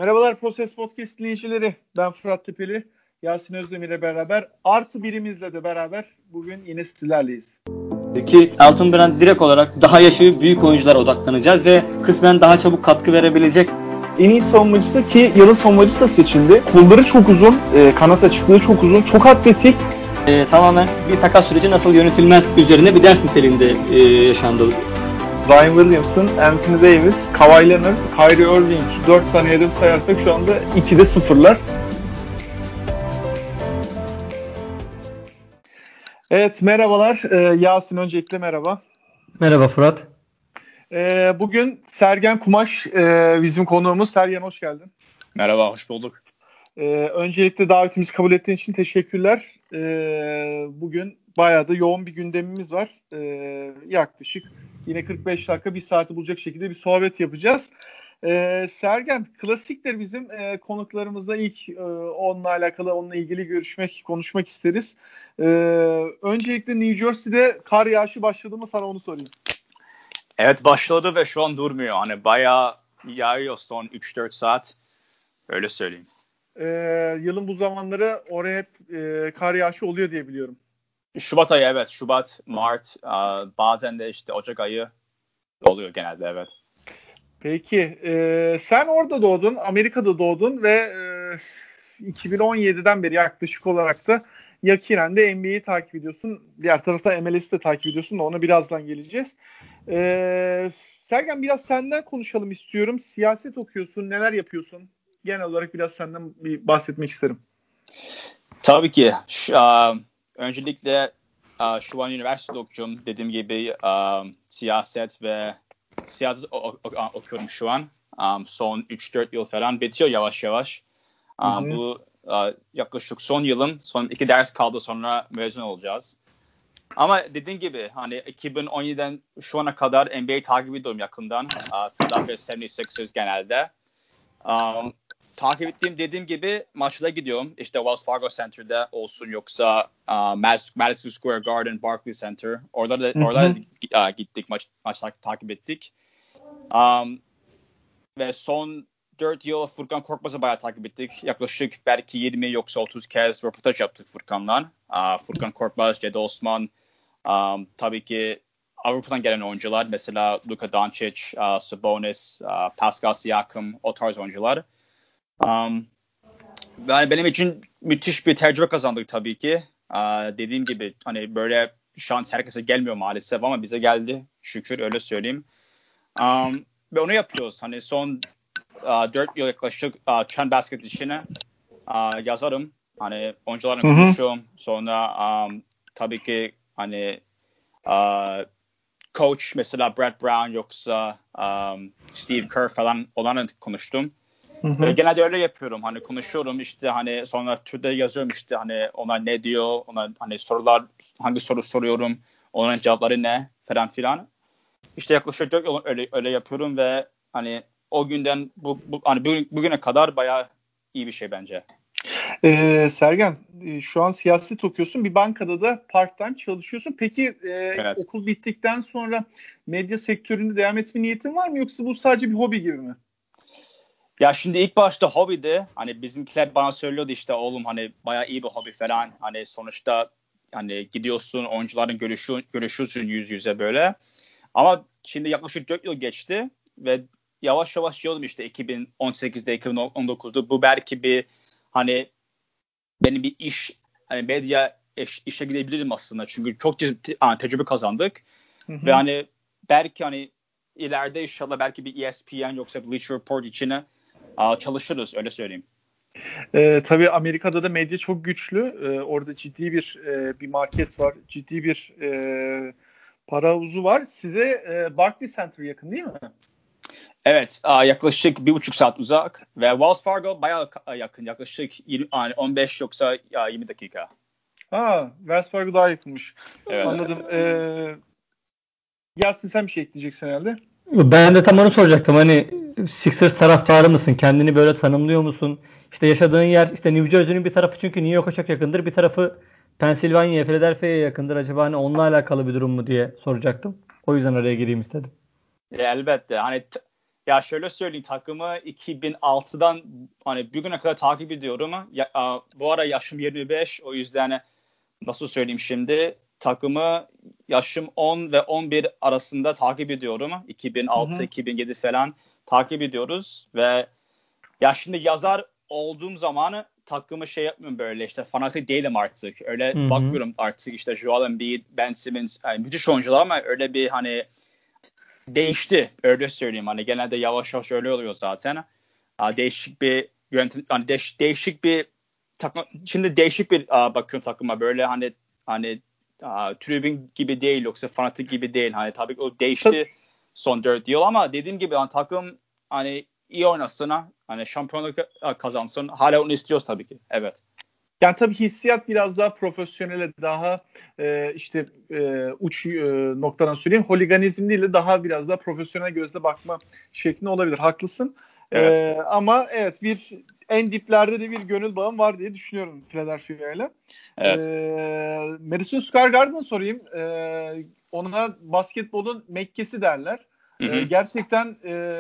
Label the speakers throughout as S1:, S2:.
S1: Merhabalar Proses Podcast dinleyicileri. Ben Fırat Tepeli, Yasin Özdemir ile beraber artı birimizle de beraber bugün yine sizlerleyiz.
S2: Ki Elton Brand direkt olarak daha yaşı büyük oyunculara odaklanacağız ve kısmen daha çabuk katkı verebilecek.
S1: En iyi savunmacısı ki yılın savunmacısı da seçildi. Kolları çok uzun, kanat açıklığı çok uzun, çok atletik.
S2: Tamamen bir takas süreci nasıl yönetilmez üzerine bir ders niteliğinde yaşandı.
S1: Zion Williamson, Anthony Davis, Kawhi Leonard, Kyrie Irving 4 tane hedef sayarsak şu anda 2'de 0'lar. Evet, merhabalar. Yasin öncelikle merhaba.
S3: Merhaba Fırat.
S1: Bugün Sergen Kumaş bizim konuğumuz. Sergen hoş geldin.
S4: Merhaba, hoş bulduk.
S1: Öncelikle davetimizi kabul ettiğin için teşekkürler. Bugün bayağı da yoğun bir gündemimiz var. Yaklaşık yine 45 dakika, bir saati bulacak şekilde bir sohbet yapacağız. Sergen, klasiktir bizim konuklarımızla ilk onunla alakalı, onunla ilgili konuşmak isteriz. Öncelikle New Jersey'de kar yağışı başladı mı, sana onu sorayım.
S4: Evet, başladı ve şu an durmuyor. Hani bayağı yağıyor son 3-4 saat. Öyle söyleyeyim.
S1: Yılın bu zamanları oraya hep kar yağışı oluyor diye biliyorum.
S4: Şubat ayı, evet. Şubat, Mart, bazen de işte Ocak ayı oluyor genelde, evet.
S1: Peki, sen orada doğdun, Amerika'da doğdun ve 2017'den beri yaklaşık olarak da yakinen de NBA'yi takip ediyorsun. Diğer taraftan MLS'i de takip ediyorsun da ona birazdan geleceğiz. Sergen, biraz senden konuşalım istiyorum. Siyaset okuyorsun, neler yapıyorsun? Genel olarak biraz senden bir bahsetmek isterim.
S4: Tabii ki. Öncelikle şu an üniversitede okuyorum. Dediğim gibi siyaset okuyorum şu an. Son 3-4 yıl falan bitiyor yavaş yavaş. Bu yaklaşık son yılım. Son 2 ders kaldı, sonra mezun olacağız. Ama dediğim gibi hani 2017'den şu ana kadar NBA takip ediyorum yakından. Philadelphia 76ers genelde. Takip ettiğim, dediğim gibi maçlara gidiyorum. İşte Wells Fargo Center'da olsun, yoksa Madison Square Garden, Barclays Center. Orada gittik, maçlar takip ettik. Ve son 4 yıl Furkan Korkmaz'ı bayağı takip ettik. Yaklaşık belki 20 yoksa 30 kez röportaj yaptık Furkan'la. Furkan Korkmaz, Cedi Osman, tabii ki Avrupa'dan gelen oyuncular. Mesela Luka Doncic, Sabonis, Pascal Siakam, o tarz oyuncular. Yani benim için müthiş bir tecrübe kazandık tabii ki. Dediğim gibi hani böyle şans herkese gelmiyor maalesef ama bize geldi. Şükür, öyle söyleyeyim. Ve onu yapıyoruz. Hani son 4 yıl yaklaşık Trend Basket işine yazarım. Hani oyuncularla konuşuyorum. Sonra tabii ki hani coach mesela Brett Brown, yoksa Steve Kerr falan, onlarla konuştum. Genelde öyle yapıyorum. Hani konuşuyorum, işte hani sonra Twitter'da yazıyorum, işte hani onlar ne diyor, ona hani hangi soru soruyorum, onların cevapları ne falan filan. İşte yaklaşık 4 yıl öyle yapıyorum ve hani o günden hani bugüne kadar bayağı iyi bir şey bence.
S1: Sergen, şu an siyaset okuyorsun. Bir bankada da part-time çalışıyorsun. Peki
S4: Evet.
S1: okul bittikten sonra medya sektöründe devam etme niyetin var mı? Yoksa bu sadece bir hobi gibi mi?
S4: Ya şimdi ilk başta hobiydi. Hani bizimkiler bana söylüyordu, işte oğlum hani bayağı iyi bir hobi falan. Hani sonuçta hani gidiyorsun, oyuncuların görüşüyorsun yüz yüze böyle. Ama şimdi yaklaşık 4 yıl geçti ve yavaş yavaş diyordum, işte 2018'de, 2019'da bu belki bir hani benim bir iş, hani medya işe gidebilirim aslında. Çünkü çok tecrübe kazandık. Ve hani belki hani ileride inşallah belki bir ESPN yoksa Bleacher Report içine çalışırız, öyle söyleyeyim.
S1: Tabii Amerika'da da medya çok güçlü. Orada ciddi bir market var. Ciddi bir para havuzu var. Size Barclays Center yakın değil mi?
S4: Evet, yaklaşık 1,5 saat uzak ve Wells Fargo bayağı yakın. Yaklaşık 15 yoksa 20 dakika.
S1: Wells Fargo daha yakınmış.
S4: Evet.
S1: Anladım. Yasin, sen bir şey ekleyeceksin herhalde.
S3: Ben de tam onu soracaktım. Hani Sixers taraftarı mısın? Kendini böyle tanımlıyor musun? İşte yaşadığın yer, işte New Jersey'nin bir tarafı çünkü New York'a çok yakındır. Bir tarafı Pennsylvania'ya, Philadelphia'ya yakındır. Acaba hani onunla alakalı bir durum mu diye soracaktım. O yüzden araya gireyim istedim.
S4: Elbette. Hani Ya şöyle söyleyeyim, takımı 2006'dan hani bugüne kadar takip ediyorum. Bu ara yaşım 25, o yüzden nasıl söyleyeyim şimdi, takımı yaşım 10 ve 11 arasında takip ediyorum. 2006-2007 falan takip ediyoruz ve ya şimdi yazar olduğum zaman takımı şey yapmıyorum, böyle işte fanatik değilim artık. Öyle bakmıyorum artık işte Joel Embiid, Ben Simmons, yani müthiş oyuncular ama öyle bir hani değişti, öyle söyleyeyim. Hani genelde yavaş yavaş öyle oluyor zaten. Değişik bir yönetim, hani değişik bir takım. Şimdi değişik bir bakıyorum takıma, böyle hani tribün gibi değil, yoksa fanatik gibi değil. Hani tabii o değişti son 4 yıl ama dediğim gibi hani takım hani iyi oynasın, hani şampiyonluk kazansın. Hala onu istiyoruz tabii ki. Evet.
S1: Yani tabii hissiyat biraz daha profesyonele, daha uç noktadan söyleyeyim. Holiganizm değil de daha biraz daha profesyonel gözle bakma şeklinde olabilir. Haklısın.
S4: Evet.
S1: Ama evet, bir en diplerde de bir gönül bağım var diye düşünüyorum Philadelphia ile.
S4: Evet.
S1: Madison Square Garden sorayım. Ona basketbolun Mekke'si derler. Gerçekten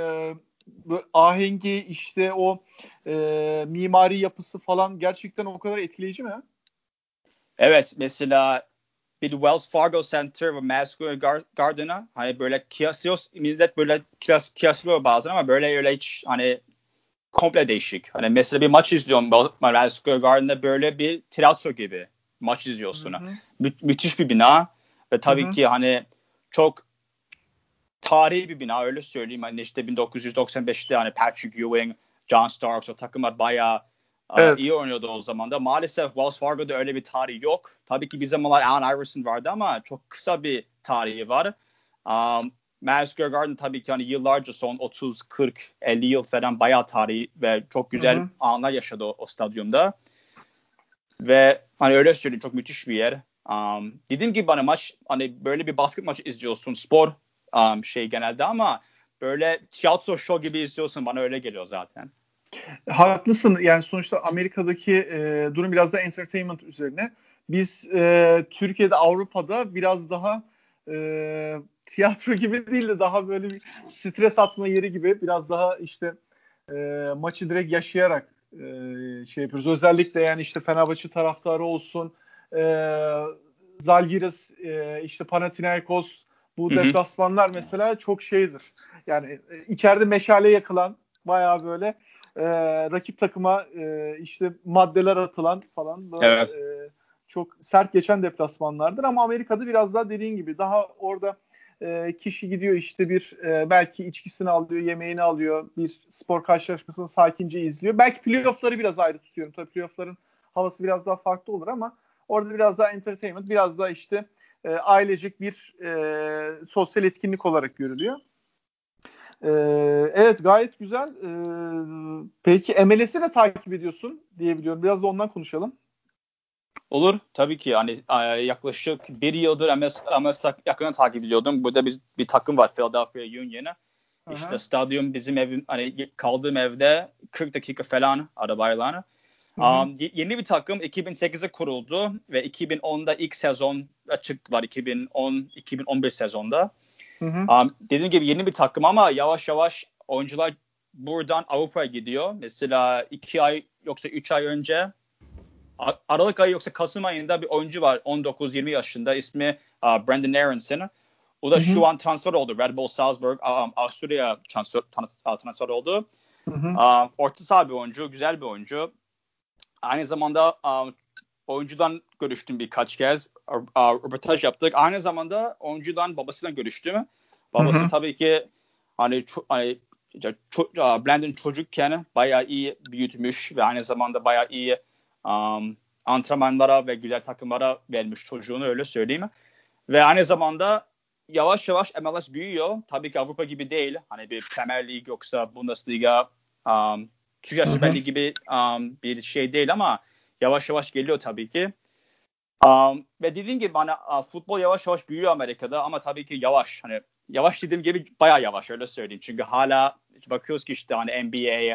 S1: bu ahengi, işte o mimari yapısı falan gerçekten o kadar etkileyici mi?
S4: Evet, mesela bir Wells Fargo Center ve Madison Square Garden'a hani böyle kıyaslıyoruz, millet böyle kıyaslıyor bazen ama böyle öyle hiç hani komple değişik. Hani mesela bir maç izliyorum Madison Square Garden'da, böyle bir tiyatro gibi maç izliyorsun. Müthiş bir bina ve tabii ki hani çok tarihi bir bina, öyle söyleyeyim. Hani işte 1995'te hani Patrick Ewing, John Starks, o takımlar bayağı iyi oynuyordu o zaman da. Maalesef Wells Fargo'da öyle bir tarih yok. Tabii ki bir zamanlar Allen Iverson vardı ama çok kısa bir tarihi var. Madison Square Garden tabii ki hani yıllarca, son 30, 40, 50 yıl falan bayağı tarihi ve çok güzel anlar yaşadı o stadyumda. Ve hani öyle söyleyeyim, çok müthiş bir yer. Dediğim gibi hani maç, hani böyle bir basket maçı izliyorsun, spor şey genelde, ama böyle tiyatro show gibi izliyorsun, bana öyle geliyor zaten.
S1: Haklısın. Yani sonuçta Amerika'daki durum biraz da entertainment üzerine. Biz Türkiye'de, Avrupa'da biraz daha tiyatro gibi değil de daha böyle bir stres atma yeri gibi, biraz daha işte maçı direkt yaşayarak şey yapıyoruz. Özellikle yani işte Fenerbahçe taraftarı olsun, Zalgiris, işte Panathinaikos, bu deplasmanlar mesela çok şeydir. Yani içeride meşale yakılan, bayağı böyle rakip takıma işte maddeler atılan falan böyle
S4: Evet.
S1: çok sert geçen deplasmanlardır. Ama Amerika'da biraz daha dediğin gibi daha orada kişi gidiyor, işte bir belki içkisini alıyor, yemeğini alıyor, bir spor karşılaşmasını sakince izliyor. Belki playoff'ları biraz ayrı tutuyorum. Tabii playoff'ların havası biraz daha farklı olur ama orada biraz daha entertainment, biraz daha işte ailecek bir sosyal etkinlik olarak görülüyor. Evet, gayet güzel. Peki MLS'i de takip ediyorsun diye biliyorum. Biraz da ondan konuşalım.
S4: Olur. Tabii ki hani yaklaşık bir yıldır MS yakından takip ediyordum. Burada bir takım var, Philadelphia Union'ı. İşte stadyum bizim evim, hani kaldığım evde 40 dakika falan arabayla. Yeni bir takım 2008'e kuruldu ve 2010'da ilk sezonda çıktılar, 2010-2011 sezonda. Dediğim gibi yeni bir takım ama yavaş yavaş oyuncular buradan Avrupa'ya gidiyor. Mesela 2 ay yoksa 3 ay önce, Aralık ayı yoksa Kasım ayında bir oyuncu var 19-20 yaşında, ismi Brandon Aronson. O da şu an transfer oldu. Red Bull Salzburg, Avusturya transfer oldu. Orta saha bir oyuncu, güzel bir oyuncu. Aynı zamanda oyuncudan görüştüm birkaç kez. Röportaj yaptık. Aynı zamanda oyuncudan babasıyla görüştüm. Babası tabii ki hani Brandon çocukken bayağı iyi büyütmüş ve aynı zamanda bayağı iyi antrenmanlara ve güzel takımlara vermiş çocuğunu, öyle söyleyeyim. Ve aynı zamanda yavaş yavaş MLS büyüyor. Tabii ki Avrupa gibi değil. Hani bir Premier Lig yoksa Bundesliga, Türkiye Süper Lig gibi bir şey değil ama yavaş yavaş geliyor tabii ki. Ve dediğim gibi hani futbol yavaş yavaş büyüyor Amerika'da ama tabii ki yavaş. Hani yavaş dediğim gibi bayağı yavaş, öyle söyleyeyim. Çünkü hala bakıyoruz ki işte hani NBA,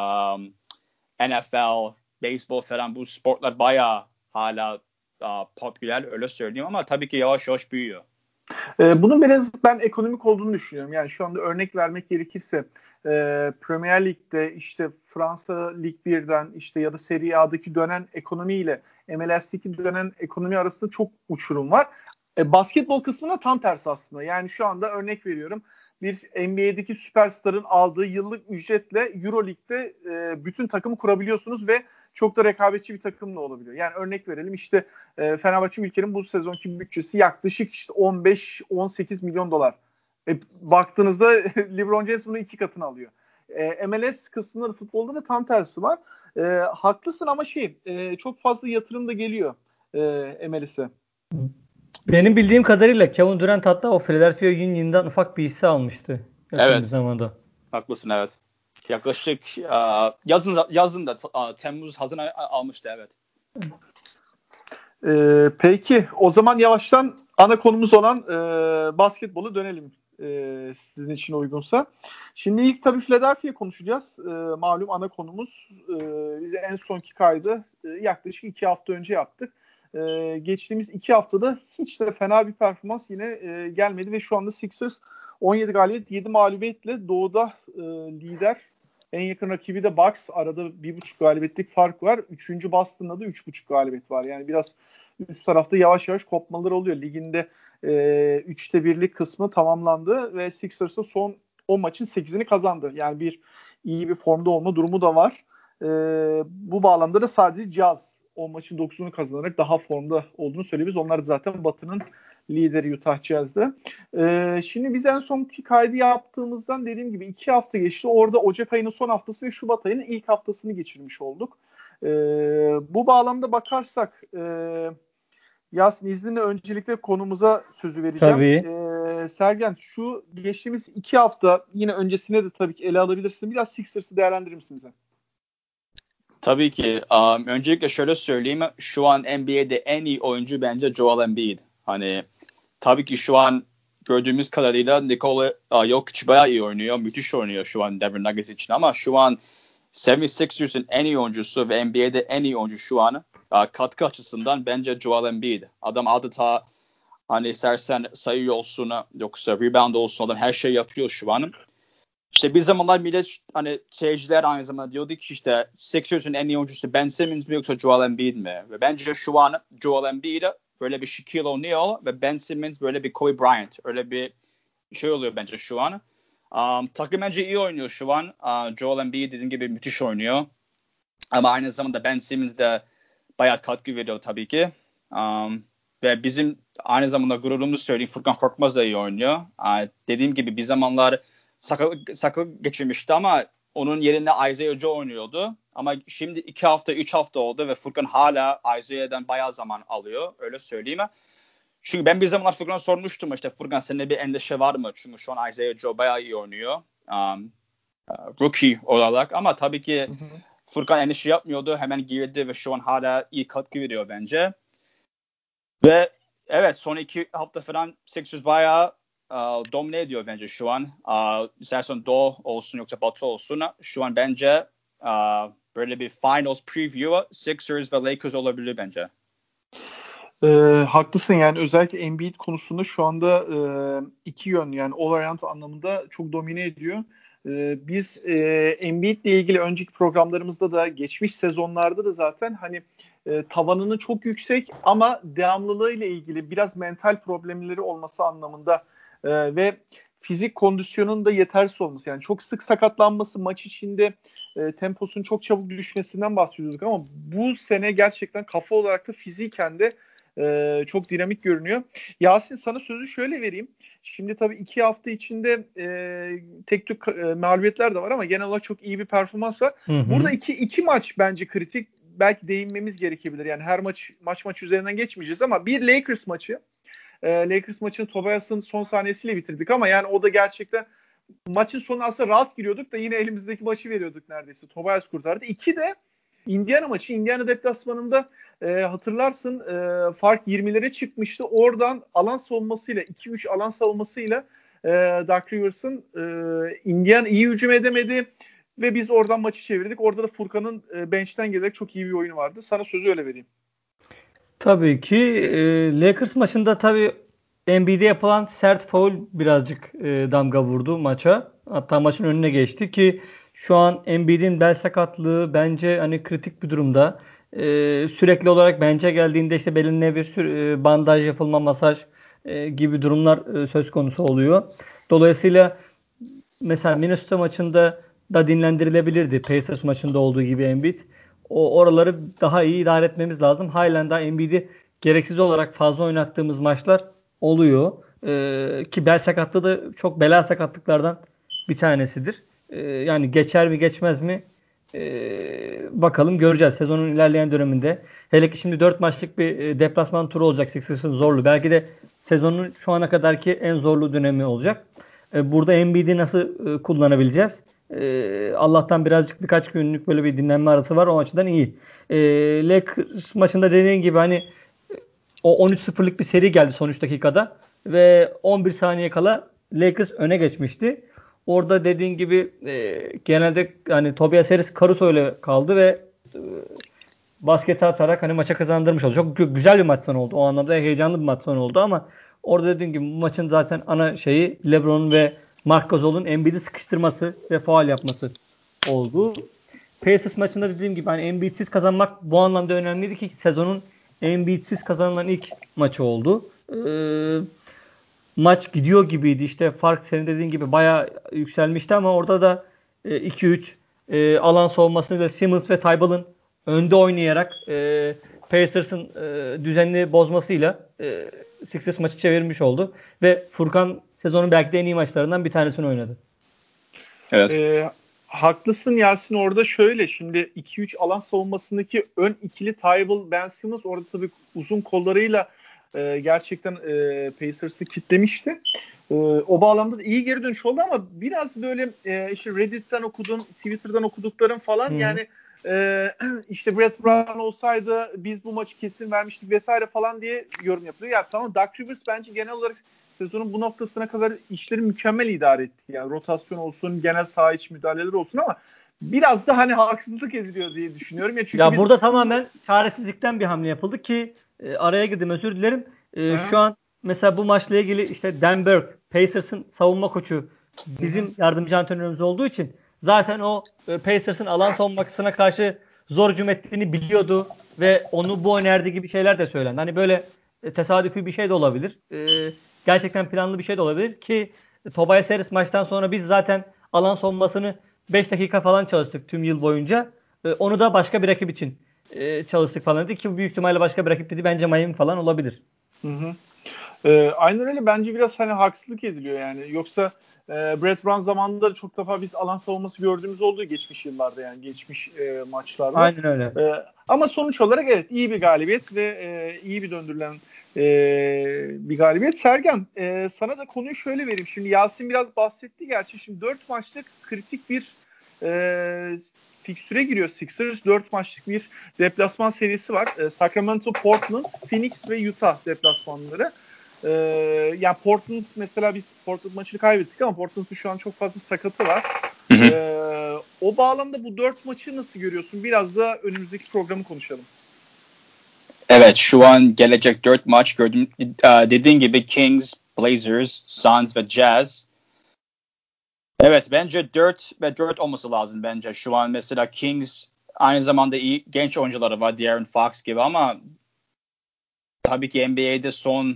S4: NFL, baseball falan, bu sportlar bayağı hala popüler, öyle söyleyeyim, ama tabii ki yavaş yavaş büyüyor.
S1: Bunun biraz ben ekonomik olduğunu düşünüyorum. Yani şu anda örnek vermek gerekirse Premier Lig'de işte Fransa Lig 1'den işte ya da Serie A'daki dönen ekonomiyle MLS'deki dönen ekonomi arasında çok uçurum var. Basketbol kısmına tam tersi aslında. Yani şu anda örnek veriyorum. Bir NBA'deki süperstarın aldığı yıllık ücretle EuroLeague'de bütün takımı kurabiliyorsunuz ve çok da rekabetçi bir takım da olabiliyor. Yani örnek verelim işte Fenerbahçe ülkenin bu sezonki bütçesi yaklaşık işte 15-18 milyon dolar. Baktığınızda LeBron James bunun 2 katını alıyor. MLS kısmında futbolda da tam tersi var. Haklısın ama çok fazla yatırım da geliyor MLS'e.
S3: Benim bildiğim kadarıyla Kevin Durant hatta o Philadelphia Union'dan ufak bir hisse almıştı. Yakın bir zamanda.
S4: Haklısın, evet. Yaklaşık yazın da Temmuz, Haziran almıştı, evet.
S1: Peki o zaman yavaştan ana konumuz olan basketbolu dönelim sizin için uygunsa. Şimdi ilk tabii Philadelphia konuşacağız. Malum ana konumuz. Biz en sonki kaydı yaklaşık 2 hafta önce yaptık. Geçtiğimiz 2 haftada hiç de fena bir performans yine gelmedi ve şu anda Sixers 17 galibiyet 7 mağlubiyetle doğuda lider. En yakın rakibi de Bucks. Arada 1,5 galibiyetlik fark var. 3. Boston'da da 3,5 galibiyet var. Yani biraz üst tarafta yavaş yavaş kopmalar oluyor. Liginde 3'te 1'lik kısmı tamamlandı ve Sixers'da son 10 maçın 8'ini kazandı. Yani iyi bir formda olma durumu da var. Bu bağlamda da sadece Jazz 10 maçın 9'unu kazanarak daha formda olduğunu söyleyebiliriz. Onlar zaten Batı'nın lideri Utah Jazz'de. Şimdi biz en sonki kaydı yaptığımızdan dediğim gibi 2 hafta geçti. Orada Ocak ayının son haftası ve Şubat ayının ilk haftasını geçirmiş olduk. Bu bağlamda bakarsak Yasin izninle öncelikle konumuza sözü vereceğim.
S3: Tabii.
S1: Sergen şu geçtiğimiz 2 hafta yine öncesine de tabii ki ele alabilirsin. Biraz Sixers'ı değerlendirir misin bize?
S4: Tabii ki. Öncelikle şöyle söyleyeyim. Şu an NBA'de en iyi oyuncu bence Joel Embiid. Hani tabii ki şu an gördüğümüz kadarıyla Nikola Jokic bayağı iyi oynuyor. Müthiş oynuyor şu an Denver Nuggets için ama şu an 76ers'ın en iyi oyuncusu ve NBA'de en iyi oyuncu şu an katkı açısından bence Joel Embiid. Adam adeta hani istersen sayı olsun yoksa rebound olsun adam her şey yapıyor şu an. İşte bir zamanlar millet hani seyirciler aynı zamanda diyordu ki işte Sixers'ın en iyi oyuncusu Ben Simmons mi yoksa Joel Embiid mi? Ve bence şu an Joel Embiid böyle bir Shaquille O'Neal ve Ben Simmons böyle bir Kobe Bryant. Öyle bir şey oluyor bence şu an. Takım bence iyi oynuyor şu an. Joel Embiid dediğim gibi müthiş oynuyor. Ama aynı zamanda Ben Simmons de bayağı katkı veriyor tabii ki. Ve bizim aynı zamanda gururumuz söyleyeyim Furkan Korkmaz da iyi oynuyor. Dediğim gibi bir zamanlar sakal geçirmişti ama onun yerine Isaiah Joe oynuyordu. Ama şimdi 2 hafta 3 hafta oldu ve Furkan hala Isaiah'dan bayağı zaman alıyor. Öyle söyleyeyim. Çünkü ben bir zamanlar Furkan'a sormuştum işte Furkan senin bir endişe var mı? Çünkü şu an Isaiah Joe bayağı iyi oynuyor. Rookie olarak ama tabii ki Furkan endişe yapmıyordu. Hemen girdi ve şu an hala iyi katkı veriyor bence. Ve evet son 2 hafta falan Sixers bayağı domine ediyor bence şu an. İstersen Doğu olsun yoksa Batı olsun. Şu an bence böyle bir Finals preview Sixers ve Lakers olabilir bence.
S1: Haklısın yani özellikle Embiid konusunda şu anda iki yön yani all around anlamında çok domine ediyor. Biz Embiid'le ilgili önceki programlarımızda da geçmiş sezonlarda da zaten hani tavanını çok yüksek ama devamlılığı ile ilgili biraz mental problemleri olması anlamında ve fizik kondisyonun da yetersiz olması yani çok sık sakatlanması maç içinde temposunun çok çabuk düşmesinden bahsediyorduk ama bu sene gerçekten kafa olarak da fiziken de çok dinamik görünüyor. Yasin sana sözü şöyle vereyim. Şimdi tabii 2 hafta içinde tek tük mağlubiyetler de var ama genel olarak çok iyi bir performans var. Hı hı. Burada iki maç bence kritik. Belki değinmemiz gerekebilir. Yani her maç üzerinden geçmeyeceğiz ama bir Lakers maçı. Lakers maçını Tobias'ın son saniyesiyle bitirdik ama yani o da gerçekten maçın sonu aslında rahat giriyorduk da yine elimizdeki maçı veriyorduk neredeyse. Tobias kurtardı. 2 de Indiana maçı. Indiana deplasmanında hatırlarsın fark 20'lere çıkmıştı. Oradan alan savunmasıyla 2-3 alan savunmasıyla Doc Rivers'ın Indiana iyi hücum edemedi ve biz oradan maçı çevirdik. Orada da Furkan'ın bench'ten gelerek çok iyi bir oyunu vardı. Sana sözü öyle vereyim.
S3: Tabii ki Lakers maçında tabii Embiid'e yapılan sert faul birazcık damga vurdu maça. Hatta maçın önüne geçti ki şu an Embiid'in bel sakatlığı bence hani kritik bir durumda. Sürekli olarak bence geldiğinde işte beline bir bandaj yapılma, masaj gibi durumlar söz konusu oluyor. Dolayısıyla mesela Minnesota maçında da dinlendirilebilirdi. Pacers maçında olduğu gibi Embiid. Oraları daha iyi idare etmemiz lazım. Halen daha Embiid'i gereksiz olarak fazla oynattığımız maçlar oluyor. Ki bel sakatlığı da çok bela sakatlıklardan bir tanesidir. Yani geçer mi geçmez mi bakalım göreceğiz sezonun ilerleyen döneminde. Hele ki şimdi 4 maçlık bir deplasman turu olacak Sixers'ın zorlu. Belki de sezonun şu ana kadarki en zorlu dönemi olacak. Burada Embiid'i nasıl kullanabileceğiz? Allah'tan birazcık birkaç günlük böyle bir dinlenme arası var. O açıdan iyi. Lakers maçında dediğin gibi hani o 13-0'lık bir seri geldi son 3 dakikada ve 11 saniye kala Lakers öne geçmişti. Orada dediğin gibi genelde hani Tobias Harris Caruso ile kaldı ve basketi atarak hani maça kazandırmış oldu. Çok güzel bir maç sonu oldu. O anlamda heyecanlı bir maç sonu oldu ama orada dediğim gibi bu maçın zaten ana şeyi LeBron ve Marc Gasol'un Embiid'i sıkıştırması ve faul yapması oldu. Pacers maçında dediğim gibi hani Embiid'siz kazanmak bu anlamda önemliydi ki sezonun Embiid'siz kazanılan ilk maçı oldu. Maç gidiyor gibiydi. İşte fark senin dediğin gibi bayağı yükselmişti ama orada da 2-3 alan savunmasıyla Simmons ve Tybal'ın önde oynayarak Pacers'ın düzenini bozmasıyla Sixers maçı çevirmiş oldu. Ve Furkan sezonun belki de en iyi maçlarından bir tanesini oynadı.
S4: Evet.
S1: Haklısın Yasin, orada şöyle şimdi 2-3 alan savunmasındaki ön ikili Tybal, Ben Simmons orada tabii uzun kollarıyla gerçekten Pacers'ı kitlemişti. O bağlamda da iyi geri dönüş oldu ama biraz böyle işte Reddit'ten okudun, Twitter'dan okuduklarım falan yani işte Brett Brown olsaydı biz bu maçı kesin vermiştik vesaire falan diye yorum yapılıyor. Ya tamam, Doug Rivers bence genel olarak sezonun bu noktasına kadar işleri mükemmel idare etti. Yani rotasyon olsun, genel saha içi müdahaleler olsun ama biraz da hani haksızlık ediliyor diye düşünüyorum. Çünkü biz
S3: burada tamamen çaresizlikten bir hamle yapıldı ki araya girdim, özür dilerim. Şu an mesela bu maçla ilgili işte Dan Burke, Pacers'ın savunma koçu, bizim yardımcı antrenörümüz olduğu için zaten o Pacers'ın alan savunmasına karşı zor hücum ettiğini biliyordu ve onu bu önerdi gibi şeyler de söylendi. Hani böyle tesadüfi bir şey de olabilir. Gerçekten planlı bir şey de olabilir ki Tobias Harris maçtan sonra biz zaten alan savunmasını 5 dakika falan çalıştık tüm yıl boyunca. Onu da başka bir rakip için çalıştık falan dedi ki büyük ihtimalle başka bir rakip dedi. Bence Miami falan olabilir.
S1: Aynen öyle. Bence biraz hani haksızlık ediliyor yani. Yoksa Brett Brown zamanında çok defa biz alan savunması gördüğümüz oldu geçmiş yıllarda, yani geçmiş maçlarda.
S3: Aynen öyle.
S1: Ama sonuç olarak evet, iyi bir galibiyet ve iyi bir döndürülen bir galibiyet. Sergen, sana da konuyu şöyle vereyim. Şimdi Yasin biraz bahsetti gerçi. Şimdi 4 maçlık kritik bir fikstüre giriyor Sixers. 4 maçlık bir deplasman serisi var. Sacramento, Portland, Phoenix ve Utah deplasmanları. Yani Portland, mesela biz Portland maçını kaybettik ama Portland'ın şu an çok fazla sakatı var. O bağlamda bu 4 maçı nasıl görüyorsun? Biraz da önümüzdeki programı konuşalım.
S4: Evet, şu an gelecek 4 maç gördüm. Dediğin gibi Kings, Blazers, Suns ve Jazz. Evet, bence 4 ve 4 olması lazım bence. Şu an mesela Kings aynı zamanda iyi genç oyuncuları var, De'Aaron Fox gibi, ama tabii ki NBA'de son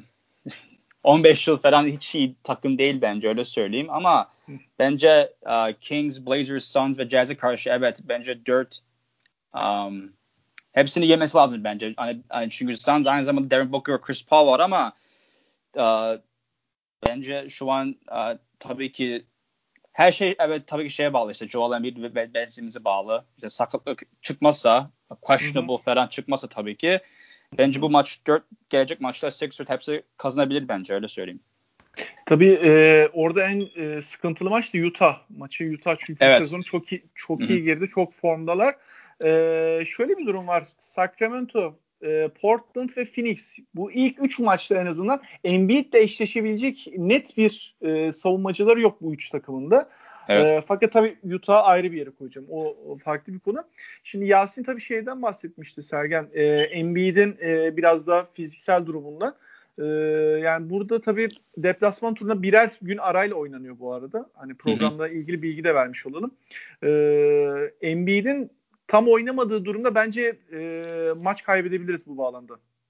S4: 15 yıl falan hiç iyi takım değil bence, öyle söyleyeyim. Ama bence Kings, Blazers, Suns ve Jazz'e karşı evet bence 4 hepsini yemesi lazım bence. Hani çünkü Suns aynı zamanda Devin Booker ve Chris Paul var ama bence şu an tabii ki her şey evet tabii ki şeye bağlı, işte Joel Embiid ve Ben Simmons'e bağlı. İşte sakatlık çıkmazsa, questionable falan çıkmazsa tabii ki bence bu maç 4 gelecek maçlar Sixers hepsi kazanabilir bence, öyle söyleyeyim.
S1: Tabii orada en sıkıntılı maç da Utah maçı. Utah çünkü sezonu çok iyi girdi. Çok formdalar. Şöyle bir durum var. Sacramento, Portland ve Phoenix. Bu ilk 3 maçta en azından Embiid'le eşleşebilecek net bir savunmacıları yok bu 3 takımında. Evet. Fakat tabii Utah ayrı bir yere koyacağım. O farklı bir konu. Şimdi Yasin tabii şeyden bahsetmişti Sergen. Embiid'in biraz daha fiziksel durumundan. Yani burada tabii deplasman turuna birer gün arayla oynanıyor bu arada. Hani programla ilgili bilgi de vermiş olalım. Embiid'in tam oynamadığı durumda bence maç kaybedebiliriz bu bağlamda.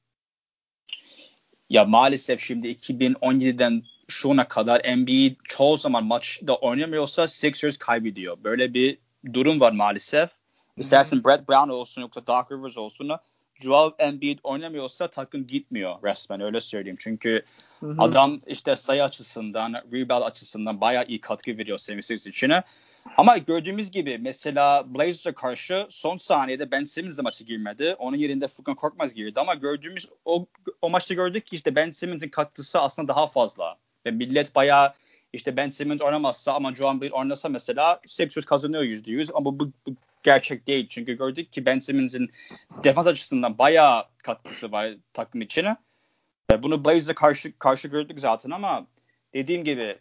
S4: Ya maalesef şimdi 2017'den şu ana kadar Embiid çoğu zaman maçta oynamıyorsa Sixers kaybediyor. Böyle bir durum var maalesef. İstersen Brett Brown olsun yoksa Doc Rivers olsun. Joel Embiid oynamıyorsa takım gitmiyor resmen, öyle söyleyeyim. Çünkü adam işte sayı açısından, rebound açısından bayağı iyi katkı veriyor 76ers içine. Ama gördüğümüz gibi mesela Blazers'a karşı son saniyede Ben Simmons de maçı girmedi. Onun yerinde Furkan Korkmaz girdi. Ama gördüğümüz o maçta gördük ki işte Ben Simmons'in katkısı aslında daha fazla. Ve millet bayağı işte Ben Simmons oynamazsa ama Joel Embiid oynasa mesela Sixers kazanıyor %100. Ama bu gerçek değil. Çünkü gördük ki Ben Simmons'in defans açısından bayağı katkısı var takım içine. Bunu Blazers'a karşı gördük zaten ama dediğim gibi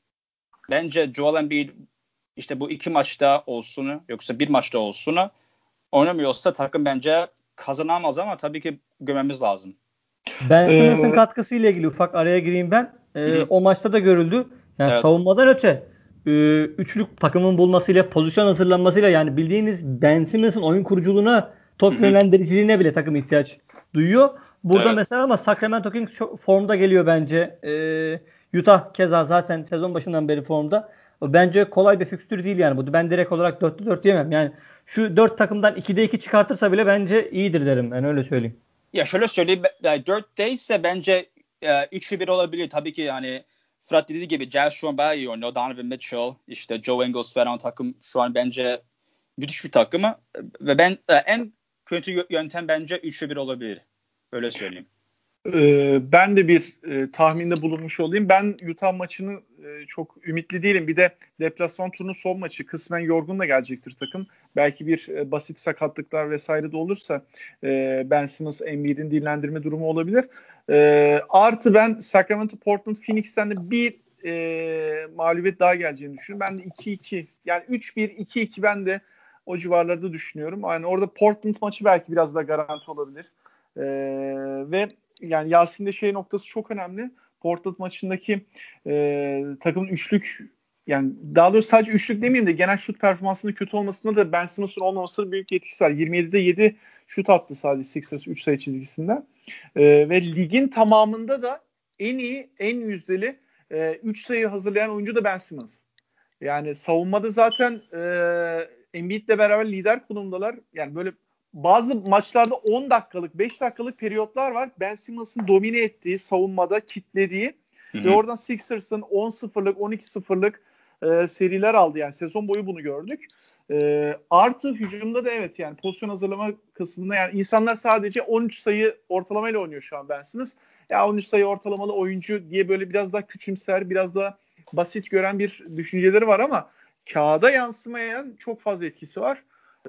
S4: bence Joel Embiid işte bu 2 maçta olsun yoksa bir maçta olsun oynamıyorsa takım bence kazanamaz ama tabii ki gömemiz lazım.
S3: Ben Simmons'ın katkısıyla ilgili ufak araya gireyim ben. O maçta da görüldü. Yani evet, savunmadan öte üçlük takımın bulmasıyla, pozisyon hazırlanmasıyla, yani bildiğiniz Ben Simmons'ın oyun kuruculuğuna, top yönlendiriciliğine bile takım ihtiyaç duyuyor. Burada evet, mesela ama Sacramento Kings çok formda geliyor bence. Utah keza zaten sezon başından beri formda. Bence kolay bir fikstür değil yani bu. Ben direkt olarak 4'te 4 diyemem. Yani şu 4 takımdan 2'de 2 çıkartırsa bile bence iyidir derim. Ben öyle söyleyeyim.
S4: Ya şöyle söyleyeyim. 4'te ise bence 3-1 olabilir. Tabii ki yani Fırat dediği gibi Jazz şu an bayağı iyi oynuyor. Donovan Mitchell, işte Joe Ingles falan takım şu an bence müthiş bir takım. Ve ben en kötü yöntem bence 3-1 olabilir. Öyle söyleyeyim.
S1: Ben de bir tahminde bulunmuş olayım. Ben Utah maçını çok ümitli değilim. Bir de deplasman turunun son maçı. Kısmen yorgun da gelecektir takım. Belki bir basit sakatlıklar vesaire de olursa Ben Simmons, Embiid'in dinlendirme durumu olabilir. Artı ben Sacramento, Portland, Phoenix'ten de bir mağlubiyet daha geleceğini düşünüyorum. Ben de 2-2 yani 3-1, 2-2 ben de o civarlarda düşünüyorum. Yani orada Portland maçı belki biraz daha garanti olabilir. Ve yani Yasin'de şey noktası çok önemli. Portland maçındaki takımın üçlük, yani daha doğrusu sadece üçlük demeyeyim de genel şut performansının kötü olmasında da Ben Simmons'ın olmamasının büyük etkisi var. 27'de 7 şut attı sadece Sixers 3 sayı çizgisinden. Ve ligin tamamında da en iyi, en yüzdeli 3 sayı hazırlayan oyuncu da Ben Simmons. Yani savunmada zaten Embiid'le beraber lider konumdalar. Yani böyle bazı maçlarda 10 dakikalık, 5 dakikalık periyotlar var. Ben Simmons'ın domine ettiği, savunmada kitlediği ve oradan Sixers'ın 10-0'lık, 12-0'lık seriler aldı. Yani sezon boyu bunu gördük. Artı hücumda da evet, yani pozisyon hazırlama kısmında yani insanlar sadece 13 sayı ortalamayla oynuyor şu an Ben Simmons. Ya 13 sayı ortalamalı oyuncu diye böyle biraz daha küçümser, biraz daha basit gören bir düşünceleri var ama kağıda yansımayan çok fazla etkisi var.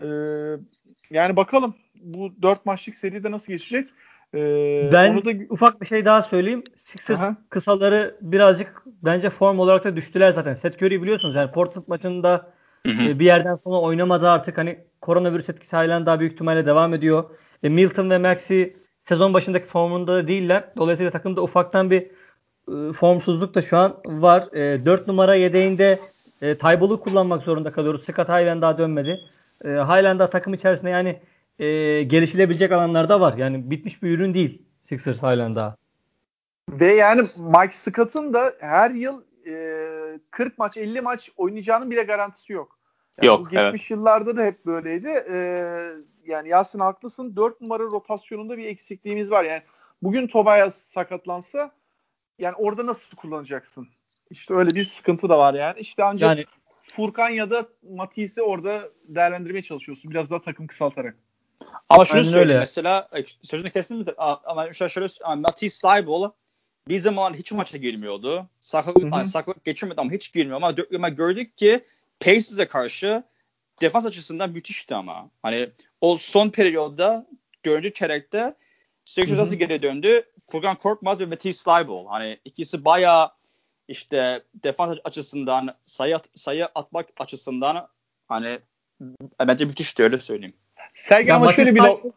S1: Yani bakalım bu 4 maçlık seride nasıl geçecek?
S3: Ben
S1: onu da
S3: ufak bir şey daha söyleyeyim. Sixers kısaları birazcık bence form olarak da düştüler zaten. Seth Curry biliyorsunuz yani Portland maçında bir yerden sonra oynamadı artık. Hani koronavirüs etkisi halen daha büyük ihtimalle devam ediyor. Milton ve Maxey sezon başındaki formunda da değiller. Dolayısıyla takımda ufaktan bir formsuzluk da şu an var. 4 numara yedeğinde Tybal'ı kullanmak zorunda kalıyoruz. Scott halen daha dönmedi. Halen daha takım içerisinde yani gelişilebilecek alanlar da var. Yani bitmiş bir ürün değil Sixers halen daha.
S1: Ve yani Mike Scott'ın da her yıl 40 maç 50 maç oynayacağının bile garantisi yok. Yani
S4: yok.
S1: Bu geçmiş yıllarda da hep böyleydi. Yani Yasin haklısın. 4 numara rotasyonunda bir eksikliğimiz var. Yani bugün Tobias sakatlansa yani orada nasıl kullanacaksın? İşte öyle bir sıkıntı da var yani. İşte ancak yani Furkan ya da Matis'i orada değerlendirmeye çalışıyorsun. Biraz daha takım kısaltarak.
S4: Ama şunu söyleyeyim mesela, sözünü kestim mi? Ama şöyle Matisse Thybulle bir zaman hiç maça girmiyordu. Saklık geçirmedi ama hiç girmiyor. Ama gördük ki Pacers'e karşı defans açısından müthişti ama. Hani o son periyoda 4. çeyrekte Sixers nasıl geri döndü? Furkan Korkmaz ve Matisse Thybulle. Hani ikisi bayağı işte defans açısından, sayı atmak açısından hani bence müthişti, öyle söyleyeyim.
S1: Sergen ama şöyle bir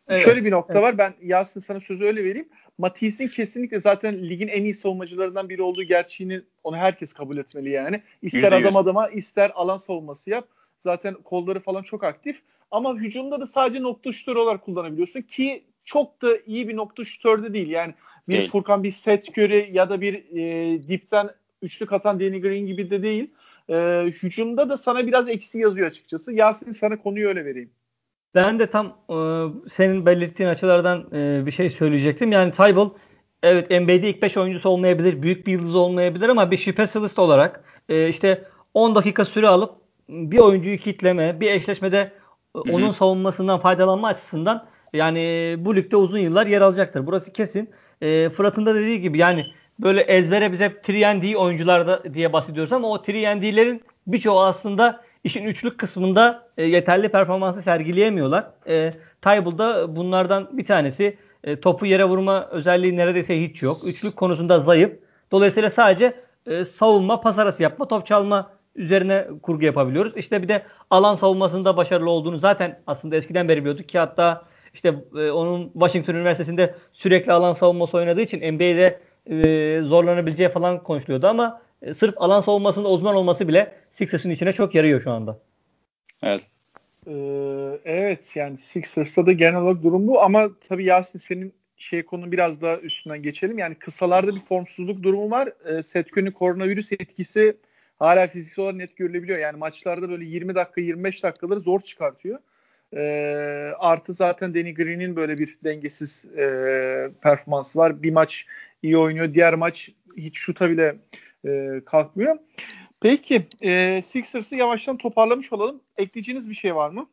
S1: şöyle bir nokta var. Ben Yasin sana sözü öyle vereyim. Matisse'in kesinlikle zaten ligin en iyi savunmacılarından biri olduğu gerçeğini onu herkes kabul etmeli yani. İster
S4: %100.
S1: adam adama ister alan savunması yap. Zaten kolları falan çok aktif. Ama hücumda da sadece nokta şutör olarak kullanabiliyorsun ki çok da iyi bir nokta şutör de değil. Yani bir
S4: Değil.
S1: Furkan, bir Seth Curry ya da bir dipten üçlük atan Danny Green gibi de değil. Hücumda da sana biraz eksi yazıyor açıkçası. Yasin, sana konuyu öyle vereyim.
S3: Ben de tam senin belirttiğin açılardan bir şey söyleyecektim. Yani Thybulle evet NBA'de ilk 5 oyuncusu olmayabilir, büyük bir yıldız olmayabilir ama bir specialist olarak işte 10 dakika süre alıp bir oyuncuyu kitleme, bir eşleşmede onun savunmasından faydalanma açısından yani bu ligde uzun yıllar yer alacaktır. Burası kesin. Fırat'ın da dediği gibi yani böyle ezbere biz hep 3&D oyuncularda diye bahsediyoruz ama o 3&D'lerin birçoğu aslında işin üçlük kısmında yeterli performansı sergileyemiyorlar. Thybulle da bunlardan bir tanesi. Topu yere vurma özelliği neredeyse hiç yok. Üçlük konusunda zayıf. Dolayısıyla sadece savunma, pas arası yapma, top çalma üzerine kurgu yapabiliyoruz. İşte bir de alan savunmasında başarılı olduğunu zaten aslında eskiden beri biliyorduk ki hatta işte onun Washington Üniversitesi'nde sürekli alan savunması oynadığı için NBA'de zorlanabileceği falan konuşuluyordu ama sırf alan savunmasında uzman olması bile Sixers'ın içine çok yarıyor şu anda.
S4: Evet.
S1: Evet, yani Sixers'ta da genel olarak durum bu ama tabii Yasin, senin konunun biraz daha üstünden geçelim. Yani kısalarda bir formsuzluk durumu var. Seth Curry'nin koronavirüs etkisi hala fiziksel olarak net görülebiliyor. Yani maçlarda böyle 20 dakika 25 dakikaları zor çıkartıyor. Artı zaten Danny Green'in böyle bir dengesiz performansı var. Bir maç iyi oynuyor, diğer maç hiç şuta bile kalkmıyor. Peki, Sixers'ı yavaştan toparlamış olalım. Ekleyeceğiniz bir şey var mı?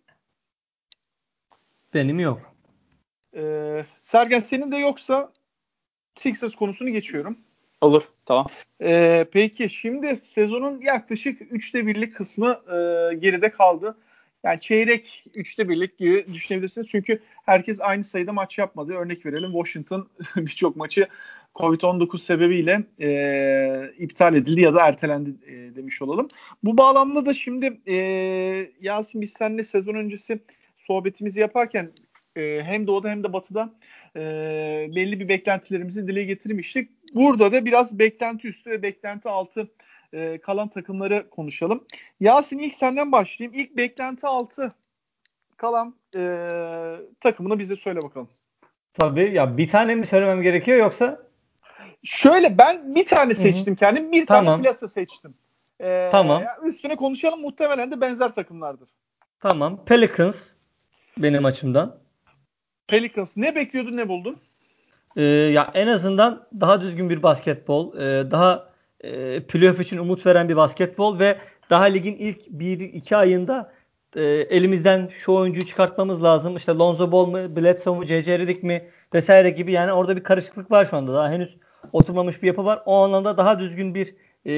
S3: Benim yok.
S1: Sergen, senin de yoksa Sixers konusunu geçiyorum.
S4: Olur. Tamam.
S1: Peki, şimdi sezonun yaklaşık 1/3 kısmı geride kaldı. Yani çeyrek 1/3 gibi düşünebilirsiniz. Çünkü herkes aynı sayıda maç yapmadı. Örnek verelim, Washington birçok maçı Covid-19 sebebiyle iptal edildi ya da ertelendi demiş olalım. Bu bağlamda da şimdi Yasin, biz seninle sezon öncesi sohbetimizi yaparken hem doğuda hem de batıda belli bir beklentilerimizi dile getirmiştik. Burada da biraz beklenti üstü ve beklenti altı kalan takımları konuşalım. Yasin, ilk senden başlayayım. İlk beklenti altı kalan takımını bize söyle bakalım.
S3: Tabii ya, bir tane mi söylemem gerekiyor yoksa?
S1: Şöyle, ben bir tane seçtim kendim. Bir tane
S3: Tamam.
S1: plasa seçtim.
S3: Tamam.
S1: Üstüne konuşalım. Muhtemelen de benzer takımlardır.
S3: Tamam. Pelicans benim açımdan.
S1: Pelicans. Ne bekliyordun, ne buldun?
S3: Ya en azından daha düzgün bir basketbol, daha playoff için umut veren bir basketbol ve daha ligin ilk 1-2 ayında elimizden şu oyuncuyu çıkartmamız lazım. İşte Lonzo Ball mu, Bledsoe mu, C.C. Redick mi vesaire gibi, yani orada bir karışıklık var şu anda. Daha henüz oturmamış bir yapı var. O anlamda daha düzgün bir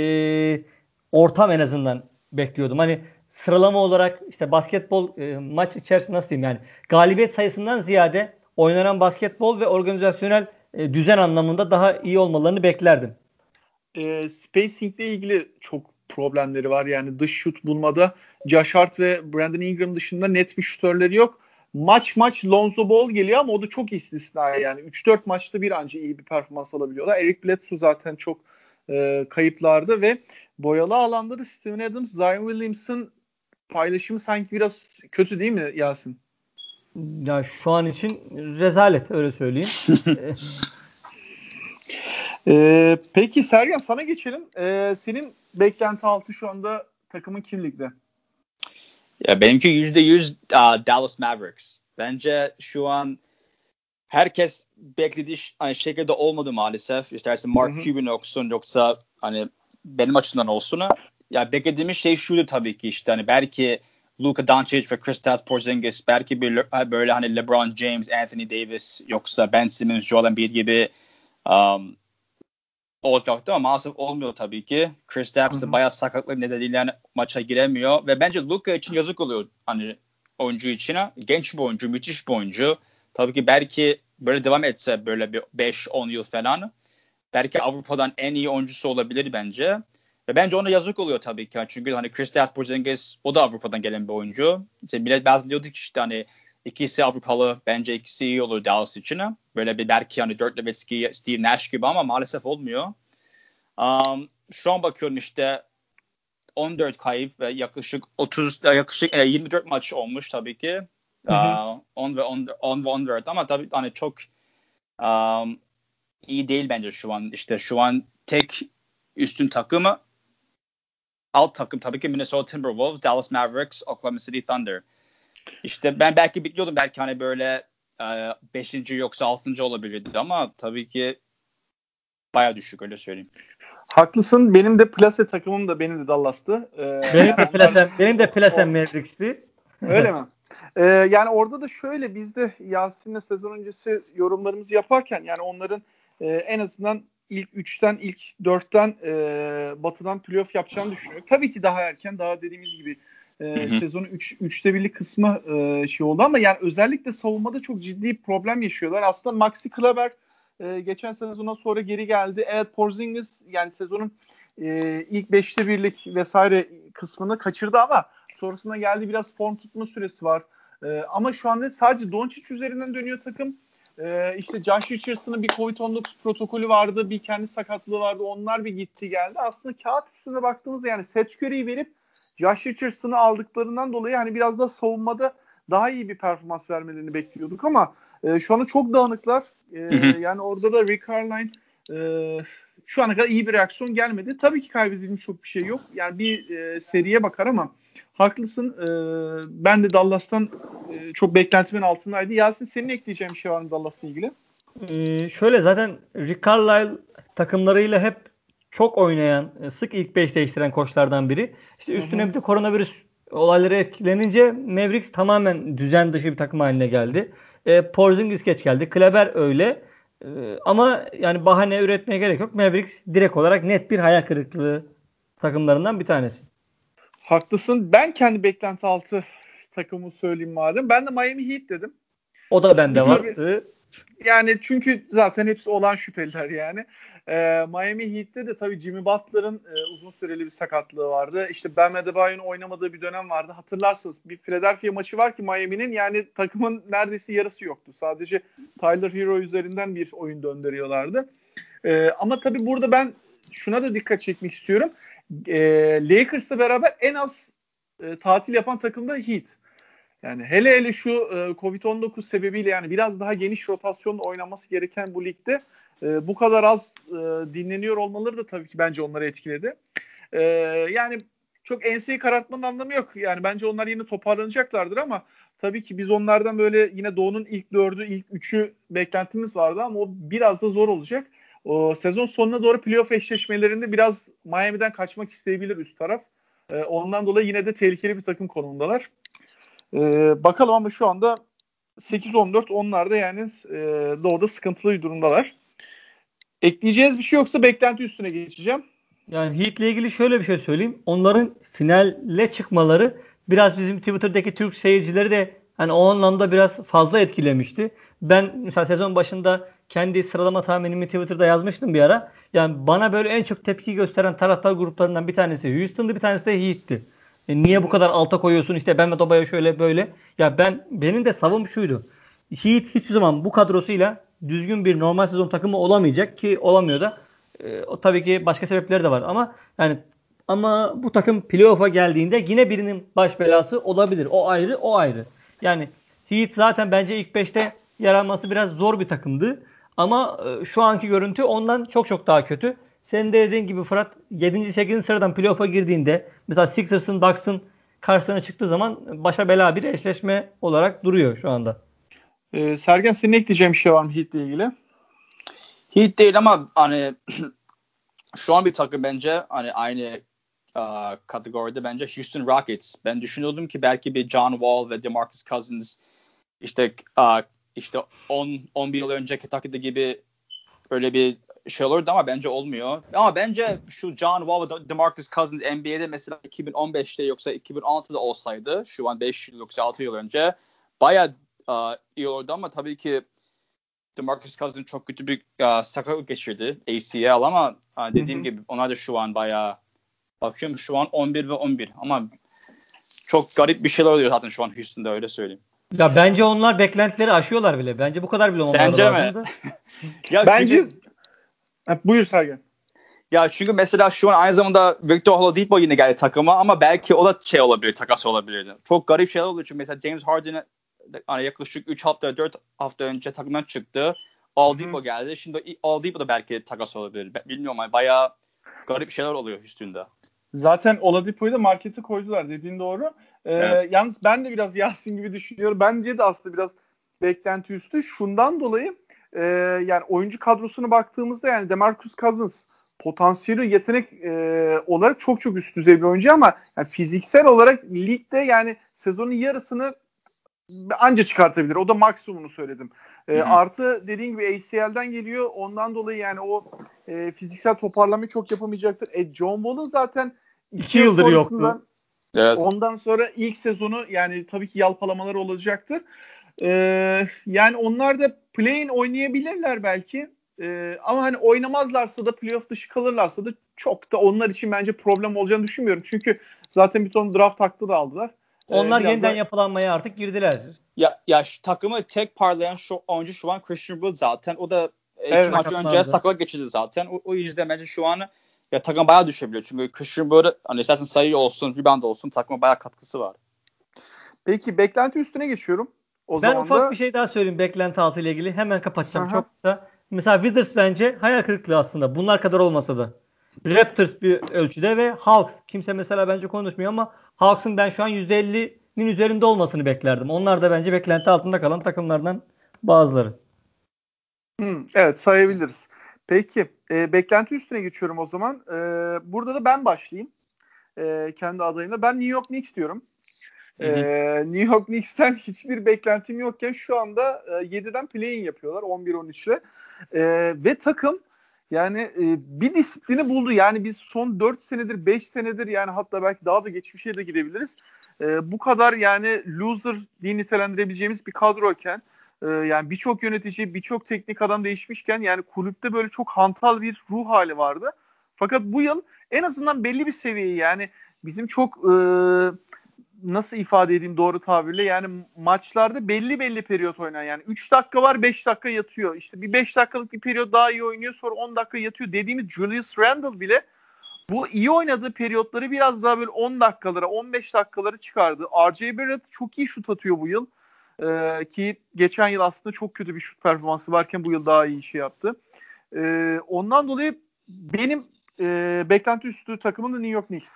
S3: ortam en azından bekliyordum. Hani sıralama olarak işte basketbol maç içerisinde nasıl diyeyim, yani galibiyet sayısından ziyade oynanan basketbol ve organizasyonel düzen anlamında daha iyi olmalarını beklerdim.
S1: Spacing ile ilgili çok problemleri var. Yani dış şut bulmada Josh Hart ve Brandon Ingram dışında net bir şutörleri yok. Maç Lonzo Ball geliyor ama o da çok istisnai. Yani 3-4 maçta bir anca iyi bir performans alabiliyorlar. Eric Bledsoe zaten çok kayıplardı ve boyalı alanda da Steven Adams, Zion Williamson paylaşımı sanki biraz kötü değil mi Yasin?
S3: Ya şu an için rezalet, öyle söyleyeyim.
S1: Peki Sergen, sana geçelim. Senin beklenti altı şu anda takımın kim ligde?
S4: Ya benimki %100 Dallas Mavericks. Bence şu an herkes beklediği şekilde olmadı maalesef. İsterse Mark Cuban olsun, yoksa hani benim açımdan olsun. Ya beklediğimiz şey şuydu tabii ki, işte hani belki Luka Doncic ve Kristaps Porzingis, belki böyle hani LeBron James, Anthony Davis, yoksa Ben Simmons, Joel Embiid gibi olacaktı ama maalesef olmuyor tabii ki. Kristaps de bayağı sakatlık nedeniyle yani maça giremiyor ve bence Luka için yazık oluyor hani oyuncu için. Genç bir oyuncu, müthiş bir oyuncu. Tabii ki belki böyle devam etse böyle bir 5-10 yıl falan, belki Avrupa'dan en iyi oyuncusu olabilir bence. Ve bence ona yazık oluyor tabii ki. Çünkü hani Kristaps Porzingis, o da Avrupa'dan gelen bir oyuncu. İşte millet bazen diyordu ki işte hani İkisi Avrupalı. Bence ikisi iyi olur Dallas için. Böyle bir belki hani Dirk Nowitzki, Steve Nash gibi ama maalesef olmuyor. Şu an bakıyorum işte 14 kayıp ve yaklaşık 24 maç olmuş tabii ki. 10 ve 14 ama tabii hani çok iyi değil bence şu an. İşte şu an tek üstün takımı alt takım tabii ki Minnesota Timberwolves, Dallas Mavericks, Oklahoma City Thunder. İşte ben belki bekliyordum belki hani böyle 5. yoksa 6. olabilirdi ama tabii ki bayağı düşük öyle söyleyeyim.
S1: Haklısın. Benim de plase takımım da benim de Dallas'tı.
S3: Benim de plasem Mavericks'ti.
S1: Öyle mi? Yani orada da şöyle biz de Yasin'le sezon öncesi yorumlarımızı yaparken yani onların en azından ilk 3'ten ilk 4'ten batıdan playoff yapacağını düşünüyorum. Tabii ki daha erken daha dediğimiz gibi sezonun 3'te birlik kısmı şey oldu ama yani özellikle savunmada çok ciddi problem yaşıyorlar. Aslında Maxi Kleber geçen sezondan sonra geri geldi. Evet Porzingis yani sezonun ilk 5'te birlik vesaire kısmını kaçırdı ama sonrasında geldi biraz form tutma süresi var. Ama şu anda sadece Doncic üzerinden dönüyor takım. İşte Josh Richardson'ın bir Covid-19 protokolü vardı. Bir kendi sakatlığı vardı. Onlar bir gitti geldi. Aslında kağıt üstüne baktığımızda yani Seth Curry'i verip Josh Richardson'ı aldıklarından dolayı yani biraz da savunmada daha iyi bir performans vermelerini bekliyorduk ama şu anda çok dağınıklar. Yani orada da Rick Carlisle şu ana kadar iyi bir reaksiyon gelmedi. Tabii ki kaybedilmiş çok bir şey yok. Yani bir seriye bakar ama haklısın. Ben de Dallas'tan çok beklentimin altındaydı. Yasin senin ekleyeceğin bir şey var mı Dallas'la ilgili?
S3: Şöyle zaten Rick Carlisle takımlarıyla hep çok oynayan, sık ilk 5 değiştiren koçlardan biri. İşte üstüne bir de koronavirüs olayları etkilenince Mavericks tamamen düzen dışı bir takım haline geldi. Porzingis geç geldi. Kleber öyle. Ama yani bahane üretmeye gerek yok. Mavericks direkt olarak net bir hayal kırıklığı takımlarından bir tanesi.
S1: Haklısın. Ben kendi beklenti altı takımı söyleyeyim madem. Ben de Miami Heat dedim.
S3: O da bende vardı.
S1: Yani çünkü zaten hepsi olan şüpheliler yani. Miami Heat'te de tabii Jimmy Butler'ın uzun süreli bir sakatlığı vardı. İşte Bam Adebayo'nun oynamadığı bir dönem vardı. Hatırlarsınız bir Philadelphia maçı var ki Miami'nin yani takımın neredeyse yarısı yoktu. Sadece Tyler Hero üzerinden bir oyun döndürüyorlardı. Ama tabii burada ben şuna da dikkat çekmek istiyorum. Lakers'la beraber en az tatil yapan takım da Heat. Yani hele şu Covid-19 sebebiyle yani biraz daha geniş rotasyonla oynanması gereken bu ligde bu kadar az dinleniyor olmaları da tabii ki bence onları etkiledi. Yani çok enseyi karartmanın anlamı yok. Yani bence onlar yine toparlanacaklardır ama tabii ki biz onlardan böyle yine Doğu'nun ilk 4'ü, ilk 3'ü beklentimiz vardı ama o biraz da zor olacak. O sezon sonuna doğru playoff eşleşmelerinde biraz Miami'den kaçmak isteyebilir üst taraf. Ondan dolayı yine de tehlikeli bir takım konumundalar. Bakalım ama şu anda 8-14 onlar da yani Doğu'da sıkıntılı bir durumdalar. Ekleyeceğiniz bir şey yoksa beklenti üstüne geçeceğim.
S3: Yani Heat'le ilgili şöyle bir şey söyleyeyim. Onların finale çıkmaları biraz bizim Twitter'daki Türk seyircileri de hani o anlamda biraz fazla etkilemişti. Ben mesela sezon başında kendi sıralama tahminimi Twitter'da yazmıştım bir ara. Yani bana böyle en çok tepki gösteren taraftar gruplarından bir tanesi Houston'dı, bir tanesi de Heat'ti. Niye bu kadar alta koyuyorsun? İşte Bam Adebayo şöyle böyle. Ya benim de savım şuydu. Heat hiçbir zaman bu kadrosuyla düzgün bir normal sezon takımı olamayacak ki olamıyor da. O tabii ki başka sebepleri de var ama bu takım playoff'a geldiğinde yine birinin baş belası olabilir. O ayrı, o ayrı. Yani Heat zaten bence ilk 5'te yer alması biraz zor bir takımdı. Ama şu anki görüntü ondan çok çok daha kötü. Senin de dediğin gibi Fırat 7. 8. sıradan playoff'a girdiğinde mesela Sixers'ın, Bucks'ın karşısına çıktığı zaman başa bela bir eşleşme olarak duruyor şu anda.
S1: Sergen senin ekleyeceğin bir şey var mı Heat'le ilgili?
S4: Heat değil ama hani şu an bir takım bence hani aynı kategoride bence Houston Rockets. Ben düşünüyordum ki belki bir John Wall ve DeMarcus Cousins işte 11 yıl önce Kentucky'de gibi öyle bir şey olurdu ama bence olmuyor. Ama bence şu John Wall ve DeMarcus Cousins NBA'de mesela 2015'te yoksa 2016'da olsaydı şu an 5 yıl yoksa 6 yıl önce bayağı iyi olurdu ama tabii ki DeMarcus Cousins çok kötü bir sakatlık geçirdi ACL ama dediğim gibi onlar da şu an bayağı bakıyorum şu an 11 ve 11 ama çok garip bir şeyler oluyor zaten şu an Houston'da öyle söyleyeyim.
S3: Ya bence onlar beklentileri aşıyorlar bile. Bence bu kadar bile olmaları
S4: Sence mi?
S3: lazımdı.
S4: Ya
S1: Bence
S4: çünkü,
S1: buyur Sergen.
S4: ya çünkü mesela şu an aynı zamanda Victor Oladipo yine geldi takıma ama belki o da şey olabilir, takas olabilirdi. Çok garip şeyler oluyor çünkü mesela James Harden hani yaklaşık 3 hafta 4 hafta önce takımdan çıktı. Oladipo geldi. Şimdi Oladipo da belki takas olabilir. Bilmiyorum ama bayağı garip şeyler oluyor üstünde.
S1: Zaten Oladipo'yu da markete koydular, dediğin doğru.
S4: Evet.
S1: Yalnız ben de biraz Yasin gibi düşünüyorum. Bence de aslında biraz beklenti üstü. Şundan dolayı yani oyuncu kadrosuna baktığımızda yani DeMarcus Cousins potansiyeli, yetenek olarak çok çok üst düzey bir oyuncu ama yani fiziksel olarak ligde yani sezonun yarısını anca çıkartabilir. O da maksimumunu söyledim. Artı dediğin gibi ACL'den geliyor. Ondan dolayı yani o fiziksel toparlamayı çok yapamayacaktır. John Wall'un zaten 2 yıl
S3: yıldır
S1: sonrasından
S3: yoktu.
S4: Evet.
S1: ondan sonra ilk sezonu yani tabii ki yalpalamalar olacaktır. Yani onlar da play-in oynayabilirler belki. Ama hani oynamazlarsa da playoff dışı kalırlarsa da çok da onlar için bence problem olacağını düşünmüyorum. Çünkü zaten bir ton draft hakkı da aldılar.
S3: Onlar
S1: Biraz
S3: yeniden
S1: da
S3: yapılanmaya artık girdiler.
S4: Ya şu takımı tek parlayan şu oyuncu şu an Christian Wood zaten. O da 2
S1: evet.
S4: maç önce
S3: Sakatlandı.
S4: sakatlık geçirdi zaten. O yüzden bence şu an ya takım bayağı düşebiliyor. Çünkü Christian Wood hani istersen sayı olsun, rebound olsun takıma bayağı katkısı var.
S1: Peki beklenti üstüne geçiyorum. O
S3: Ben
S1: zaman
S3: ufak bir
S1: da
S3: şey daha söyleyeyim beklenti altı ile ilgili. Hemen kapatacağım
S1: aha.
S3: çok kısa. Mesela Wizards bence hayal kırıklığı aslında. Bunlar kadar olmasa da. Raptors bir ölçüde ve Hawks. Kimse mesela bence konuşmuyor ama Hawks'ın ben şu an %50'nin üzerinde olmasını beklerdim. Onlar da bence beklenti altında kalan takımlardan bazıları.
S1: Evet, sayabiliriz. Peki beklenti üstüne geçiyorum o zaman. Burada da ben başlayayım. Kendi adayımla. Ben New York Knicks diyorum. New York Knicks'ten hiçbir beklentim yokken şu anda 7'den play-in yapıyorlar 11-13 ile. Ve takım yani bir disiplini buldu. Yani biz son 4 senedir 5 senedir yani hatta belki daha da geçmişe de gidebiliriz. Bu kadar yani loser diye nitelendirebileceğimiz bir kadroyken yani birçok yönetici, birçok teknik adam değişmişken yani kulüpte böyle çok hantal bir ruh hali vardı. Fakat bu yıl en azından belli bir seviyeyi yani bizim çok nasıl ifade edeyim doğru tabirle yani maçlarda belli periyot oynayan yani 3 dakika var 5 dakika yatıyor. İşte bir 5 dakikalık bir periyot daha iyi oynuyor sonra 10 dakika yatıyor dediğimiz Julius Randle bile bu iyi oynadığı periyotları biraz daha böyle 10 dakikalara 15 dakikalara çıkardı. R.J. Barrett çok iyi şut atıyor bu yıl. Ki geçen yıl aslında çok kötü bir şut performansı varken bu yıl daha iyi şey yaptı. Ondan dolayı benim beklenti üstü takımım da New York Knicks.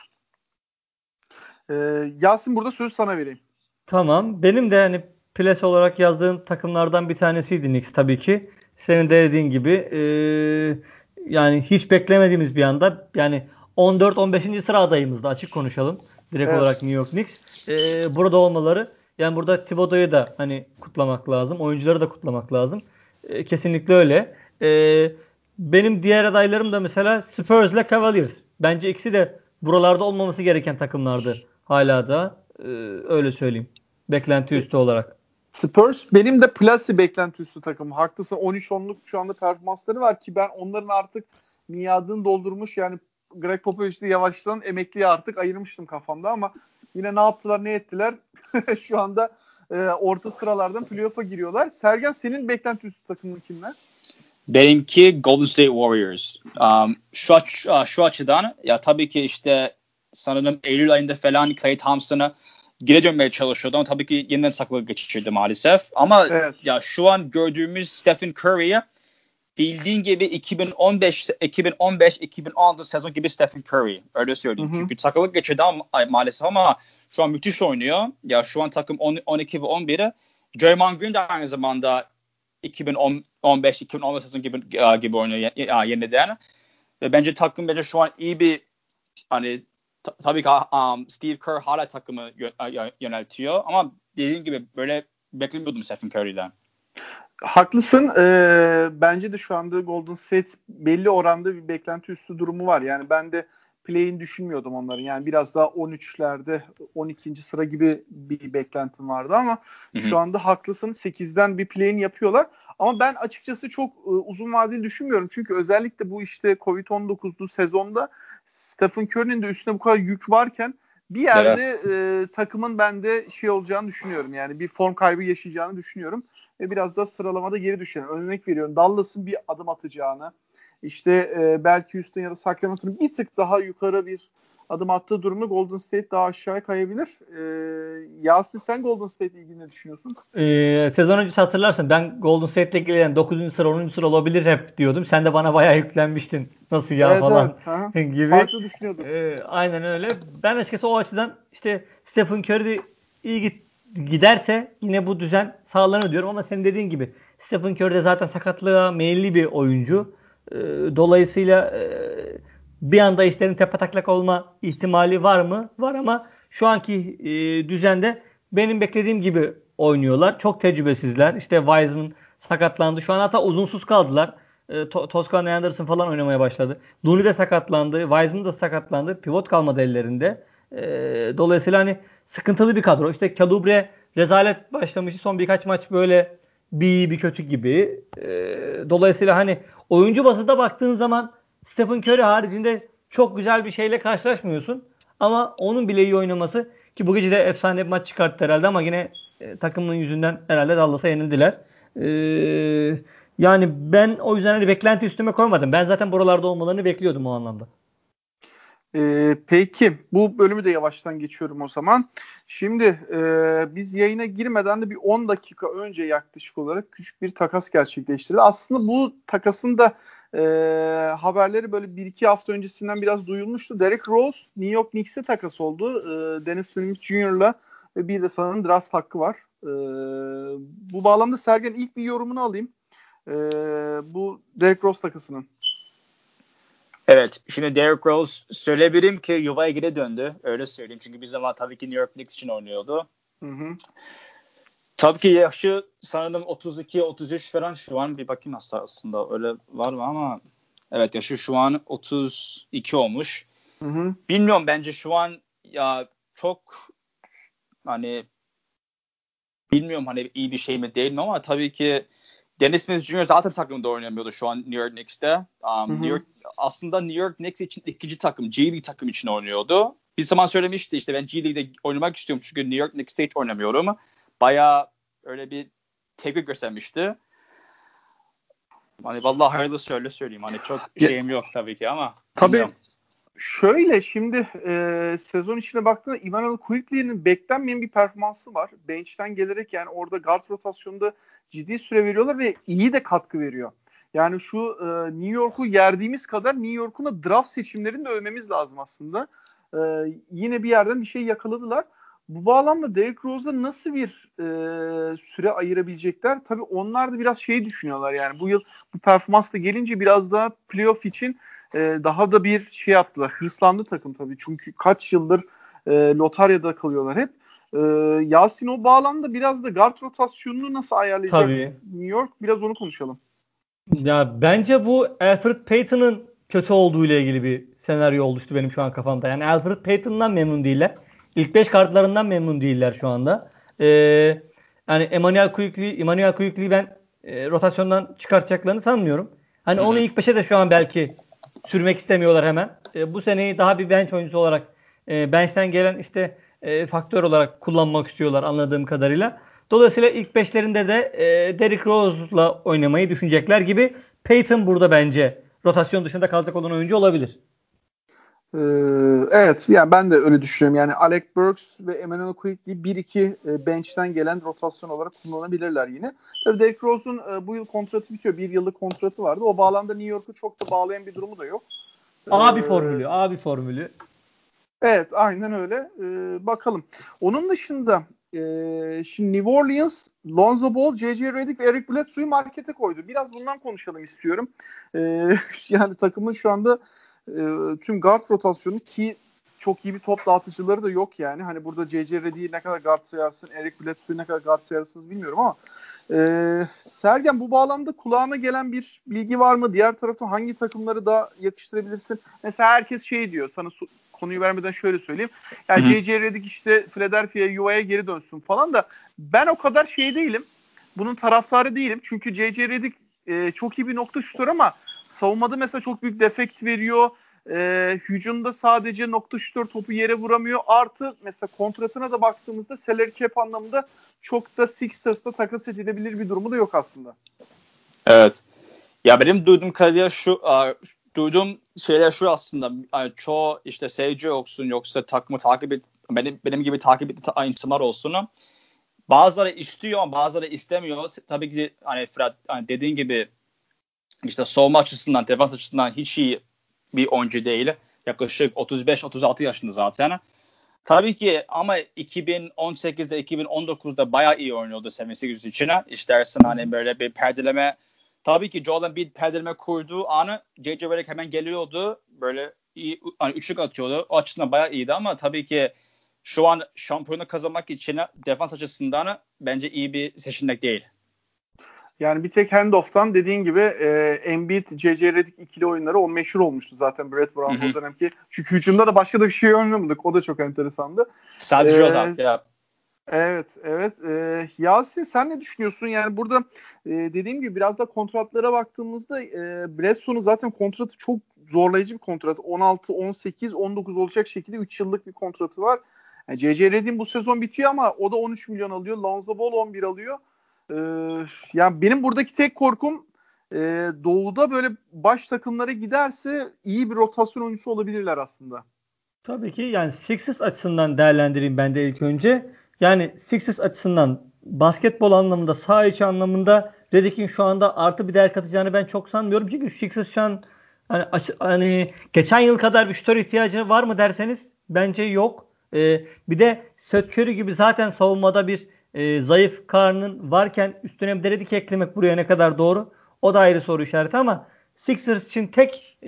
S1: Yasin burada sözü sana vereyim.
S3: Tamam. Benim de hani ples olarak yazdığım takımlardan bir tanesiydi Knicks tabii ki. Senin de dediğin gibi yani hiç beklemediğimiz bir anda yani 14-15. sıra adayımızdı açık konuşalım. Direkt olarak
S1: Evet.
S3: New York Knicks. Burada olmaları yani burada Thibodeau'yu da hani kutlamak lazım. Oyuncuları da kutlamak lazım. Kesinlikle öyle. Benim diğer adaylarım da mesela Spurs ile Cavaliers. Bence ikisi de buralarda olmaması gereken takımlardı. Hala da öyle söyleyeyim. Beklenti üstü olarak.
S1: Spurs benim de plasi beklenti üstü takımım. Haklısın 13-10'luk şu anda performansları var ki ben onların artık miadını doldurmuş yani Greg Popovich'i yavaştan emekliye artık ayırmıştım kafamda ama yine ne yaptılar ne ettiler şu anda orta sıralardan playoff'a giriyorlar. Sergen senin beklenti üstü takımın kimler?
S4: Benimki Golden State Warriors. Şu açıdan ya tabii ki işte sanırım Eylül ayında falan Klay Thompson'a geri dönmeye çalışıyordu ama tabii ki yeniden sakatlık geçirdi maalesef. Ama
S1: Evet.
S4: ya şu an gördüğümüz Stephen Curry'ye bildiğin gibi 2015-2016 sezon gibi Stephen Curry. Öyle söyleyeyim. Çünkü sakatlık geçirdi maalesef ama şu an müthiş oynuyor. Ya şu an takım 12 ve 11'i. Draymond Green de aynı zamanda 2015-2016 sezon gibi oynuyor yeniden. Ve bence takım şu an iyi bir hani tabii ki Steve Kerr hala takımı yöneltiyor ama dediğim gibi böyle beklemiyordum Stephen Curry'den.
S1: Haklısın. Bence de şu anda Golden State belli oranda bir beklenti üstü durumu var. Yani ben de play-in düşünmüyordum onların. Yani biraz daha 13'lerde 12. sıra gibi bir beklentim vardı ama şu anda haklısın. 8'den bir play-in yapıyorlar. Ama ben açıkçası çok uzun vadeli düşünmüyorum. Çünkü özellikle bu işte Covid-19'lu sezonda Stephen Curry'nin de üstüne bu kadar yük varken bir yerde takımın ben de şey olacağını düşünüyorum. Yani bir form kaybı yaşayacağını düşünüyorum. Ve biraz da sıralamada geri düşen. Örnek veriyorum. Dallas'ın bir adım atacağını, işte belki Houston ya da Sacramento'nun bir tık daha yukarı bir adım attığı durumda Golden State daha aşağıya kayabilir. Yasin, sen Golden State ile ilgili ne düşünüyorsun?
S3: Sezon öncesi hatırlarsın, ben Golden State'le ilgili yani 9. sıra 10. sıra olabilir hep diyordum. Sen de bana bayağı yüklenmiştin. Nasıl ya
S1: Evet, evet.
S3: falan
S1: Aha.
S3: gibi.
S1: Farklı düşünüyorduk.
S3: Aynen öyle. Ben açıkçası o açıdan işte Stephen Curry iyi giderse yine bu düzen sağlanır diyorum, ama senin dediğin gibi Stephen Curry de zaten sakatlığa meyilli bir oyuncu. Dolayısıyla bir anda işlerin tepetaklak olma ihtimali var mı? Var, ama şu anki düzende benim beklediğim gibi oynuyorlar. Çok tecrübesizler. İşte Wiseman sakatlandı. Şu an hatta uzunsuz kaldılar. Toscan Anderson falan oynamaya başladı. Looney de sakatlandı. Wiseman da sakatlandı. Pivot kalmadı ellerinde. Dolayısıyla hani sıkıntılı bir kadro. İşte Calubre rezalet başlamıştı. Son birkaç maç böyle bir iyi bir kötü gibi. Dolayısıyla hani oyuncu bazında baktığın zaman Stephen Curry haricinde çok güzel bir şeyle karşılaşmıyorsun. Ama onun bile iyi oynaması, ki bu gece de efsane bir maç çıkarttı herhalde, ama yine takımın yüzünden herhalde Dallas'a yenildiler. Yani ben o yüzden hani beklenti üstüme koymadım. Ben zaten buralarda olmalarını bekliyordum o anlamda.
S1: Peki bu bölümü de yavaştan geçiyorum o zaman. Şimdi biz yayına girmeden de bir 10 dakika önce yaklaşık olarak küçük bir takas gerçekleştirdi. Aslında bu takasın da haberleri böyle 1-2 hafta öncesinden biraz duyulmuştu. Derrick Rose New York Knicks'e takas oldu. Dennis Smith Jr.'la ve bir de sanırım draft hakkı var. Bu bağlamda Sergen, ilk bir yorumunu alayım. Bu Derrick Rose takasının.
S4: Evet. Şimdi Derrick Rose söyleyebilirim ki yuvaya geri döndü. Öyle söyleyeyim. Çünkü bir zaman tabii ki New York Knicks için oynuyordu.
S1: Hı hı.
S4: Tabii ki yaşı sanırım 32-33 falan şu an. Bir bakayım aslında öyle var mı ama evet, yaşı şu an 32 olmuş.
S1: Hı hı.
S4: Bilmiyorum, bence şu an ya çok hani bilmiyorum hani iyi bir şey mi değil mi, ama tabii ki Dennis Smith Jr. zaten takımda oynamıyordu şu an New York Knicks'te. New York, aslında New York Knicks için ikinci takım, G League takım için oynuyordu. Bir zaman söylemişti işte, ben G League'de oynamak istiyorum çünkü New York Knicks'te hiç oynamıyorum. Bayağı öyle bir tepki göstermişti. Hani vallahi hayırlısı, öyle söyleyeyim. Hani çok şeyim yok tabii ki ama bilmiyorum.
S1: Tabii. Şöyle şimdi sezon içine baktığında Immanuel Quickley'nin beklenmeyen bir performansı var. Bench'ten gelerek yani orada guard rotasyonunda ciddi süre veriyorlar ve iyi de katkı veriyor. Yani şu New York'u yerdiğimiz kadar New York'un da draft seçimlerini de övmemiz lazım aslında. Yine bir yerden bir şey yakaladılar. Bu bağlamda Derrick Rose'a nasıl bir süre ayırabilecekler? Tabii onlar da biraz şeyi düşünüyorlar, yani bu yıl bu performansla gelince biraz daha playoff için daha da bir şey yaptılar. Hırslandı takım tabii. Çünkü kaç yıldır lotaryada kalıyorlar hep. Yasin, o bağlamda biraz da guard rotasyonunu nasıl ayarlayacak
S3: Tabii.
S1: New York? Biraz onu konuşalım.
S3: Ya bence bu Elfrid Payton'ın kötü olduğu ile ilgili bir senaryo oluştu benim şu an kafamda. Yani Elfrid Payton'dan memnun değiller. İlk 5 kartlarından memnun değiller şu anda. Yani Emmanuel Quickley'i ben rotasyondan çıkartacaklarını sanmıyorum. Hani onu ilk 5'e de şu an belki sürmek istemiyorlar hemen. Bu seneyi daha bir bench oyuncusu olarak bench'ten gelen işte faktör olarak kullanmak istiyorlar anladığım kadarıyla. Dolayısıyla ilk 5'lerinde de Derrick Rose'la oynamayı düşünecekler gibi. Payton burada bence rotasyon dışında kalacak olan oyuncu olabilir.
S1: Evet, yani ben de öyle düşünüyorum. Yani Alec Burks ve Emmanuel Quickley 1-2 bench'ten gelen rotasyon olarak kullanabilirler yine. Tabii Derrick Rose'un bu yıl kontratı bitiyor. 1 yıllık kontratı vardı. O bağlamda New York'u çok da bağlayan bir durumu da yok.
S3: Abi formülü.
S1: Evet, aynen öyle. Bakalım. Onun dışında şimdi New Orleans, Lonzo Ball, J.J. Redick ve Eric Bledsoe'yu markete koydu. Biraz bundan konuşalım istiyorum. Yani takımın şu anda tüm guard rotasyonu, ki çok iyi bir top dağıtıcıları da yok yani. Hani burada J.J. Redick'i ne kadar guard sayarsın, Eric Bledsoe'yu ne kadar guard sayarsınız bilmiyorum ama Sergen, bu bağlamda kulağına gelen bir bilgi var mı? Diğer tarafta hangi takımları da yakıştırabilirsin? Mesela herkes şey diyor, sana konuyu vermeden şöyle söyleyeyim. Yani J.J. Redick işte Philadelphia'ya, yuvaya geri dönsün falan da ben o kadar şey değilim. Bunun taraftarı değilim. Çünkü J.J. Redick çok iyi bir nokta şutör ama savunmada mesela çok büyük defekt veriyor. Hücumda sadece nokta şutör topu yere vuramıyor. Artı mesela kontratına da baktığımızda salary cap anlamında çok da Sixers'la takas edilebilir bir durumu da yok aslında.
S4: Evet. Ya benim duyduğum şeyler şu aslında. Yani çoğu işte seyirci olsun yoksa takımı takip et, benim gibi takip eden insanlar olsun. Bazıları istiyor ama bazıları istemiyor. Tabii ki hani Fırat hani dediğin gibi işte savunma açısından, defans açısından hiç iyi bir oyuncu değil. Yaklaşık 35-36 yaşında zaten. Tabii ki ama 2018'de 2019'da bayağı iyi oynuyordu 76ers için. İstersen hani böyle bir perdeleme, tabii ki Joel Embiid perdeleme kurduğu anı J.J. Redick hemen geliyordu. Böyle iyi hani üçlük atıyordu. O açısından bayağı iyiydi ama tabii ki şu an şampiyonu kazanmak için defans açısından bence iyi bir seçenek değil.
S1: Yani bir tek handoff'tan dediğin gibi Embiid, J.J. Redick ikili oyunları o meşhur olmuştu zaten Brett Brown'da o dönemki. Çünkü hücumda da başka da bir şey oynamadık. O da çok enteresandı.
S4: Sadece o zaten ya.
S1: Evet. Yasin sen ne düşünüyorsun? Yani burada dediğim gibi biraz da kontratlara baktığımızda Bledsoe'nun zaten kontratı çok zorlayıcı bir kontrat. 16, 18, 19 olacak şekilde 3 yıllık bir kontratı var. Yani J.J. Redick'in bu sezon bitiyor ama o da 13 milyon alıyor. Lonzo Ball 11 alıyor. Yani benim buradaki tek korkum Doğu'da böyle baş takımlara giderse iyi bir rotasyon oyuncusu olabilirler aslında.
S3: Tabii ki yani Sixers açısından değerlendireyim ben de ilk önce. Yani Sixers açısından basketbol anlamında, saha içi anlamında Redick'in şu anda artı bir değer katacağını ben çok sanmıyorum. Çünkü Sixers şu an hani geçen yıl kadar bir şutör ihtiyacı var mı derseniz bence yok. Bir de Seth Curry gibi zaten savunmada bir zayıf karnın varken üstüne bir de Redick eklemek buraya ne kadar doğru? O da ayrı soru işareti ama Sixers için tek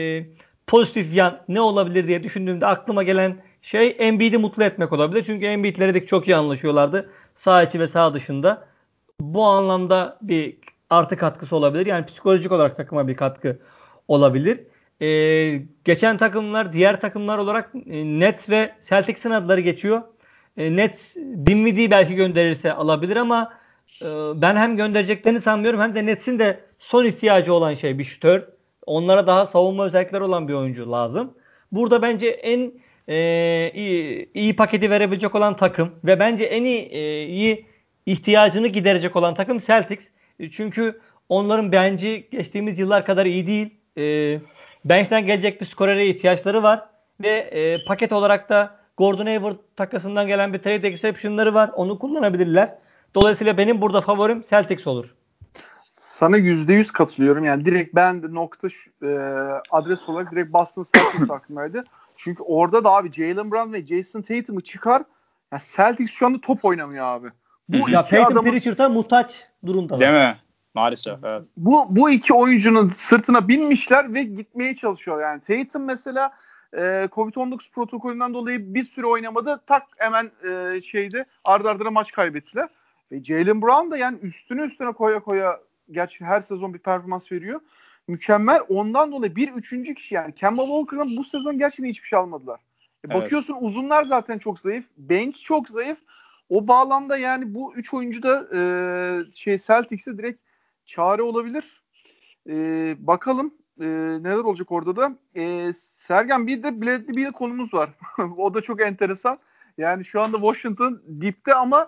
S3: pozitif yan ne olabilir diye düşündüğümde aklıma gelen şey Embiid'i mutlu etmek olabilir. Çünkü Embiid'le Redick çok iyi anlaşıyorlardı. Sağ içi ve sağ dışında. Bu anlamda bir artı katkısı olabilir. Yani psikolojik olarak takıma bir katkı olabilir. Geçen takımlar diğer takımlar olarak Nets ve Celtics'in adları geçiyor. Nets Dinwiddie'yi belki gönderirse alabilir ama ben hem göndereceklerini sanmıyorum hem de Nets'in de son ihtiyacı olan şey bir şütör. Onlara daha savunma özellikleri olan bir oyuncu lazım. Burada bence en iyi paketi verebilecek olan takım ve bence en iyi ihtiyacını giderecek olan takım Celtics. Çünkü onların benci geçtiğimiz yıllar kadar iyi değil. Bench'ten gelecek bir skorere ihtiyaçları var ve paket olarak da Gordon Hayward takasından gelen bir trade exception'ları var. Onu kullanabilirler. Dolayısıyla benim burada favorim Celtics olur.
S1: Sana %100 katılıyorum. Yani direkt ben de adres olarak direkt Boston Celtics aklımdaydı. Çünkü orada da abi Jaylen Brown ve Jason Tatum'u çıkar. Yani Celtics şu anda top oynamıyor abi. Bu
S3: Ya
S1: iki
S3: Peyton
S1: adamın
S3: Pritchard'a muhtaç durumdalar.
S4: Değil mi? Maalesef. Evet.
S1: Bu iki oyuncunun sırtına binmişler ve gitmeye çalışıyor. Yani Tatum mesela Covid-19 protokolünden dolayı bir süre oynamadı. Tak hemen ardı ardına maç kaybettiler. Ve Jaylen Brown da yani üstüne koya gerçi her sezon bir performans veriyor. Mükemmel. Ondan dolayı bir üçüncü kişi yani Kemba Walker'dan bu sezon gerçekten hiçbir şey almadılar.
S4: Evet.
S1: Bakıyorsun uzunlar zaten çok zayıf. Bench çok zayıf. O bağlamda yani bu üç oyuncu da Celtics'e direkt çare olabilir. Bakalım neler olacak orada da. Sergen bir de Bradley Beal konumuz var. O da çok enteresan. Yani şu anda Washington dipte ama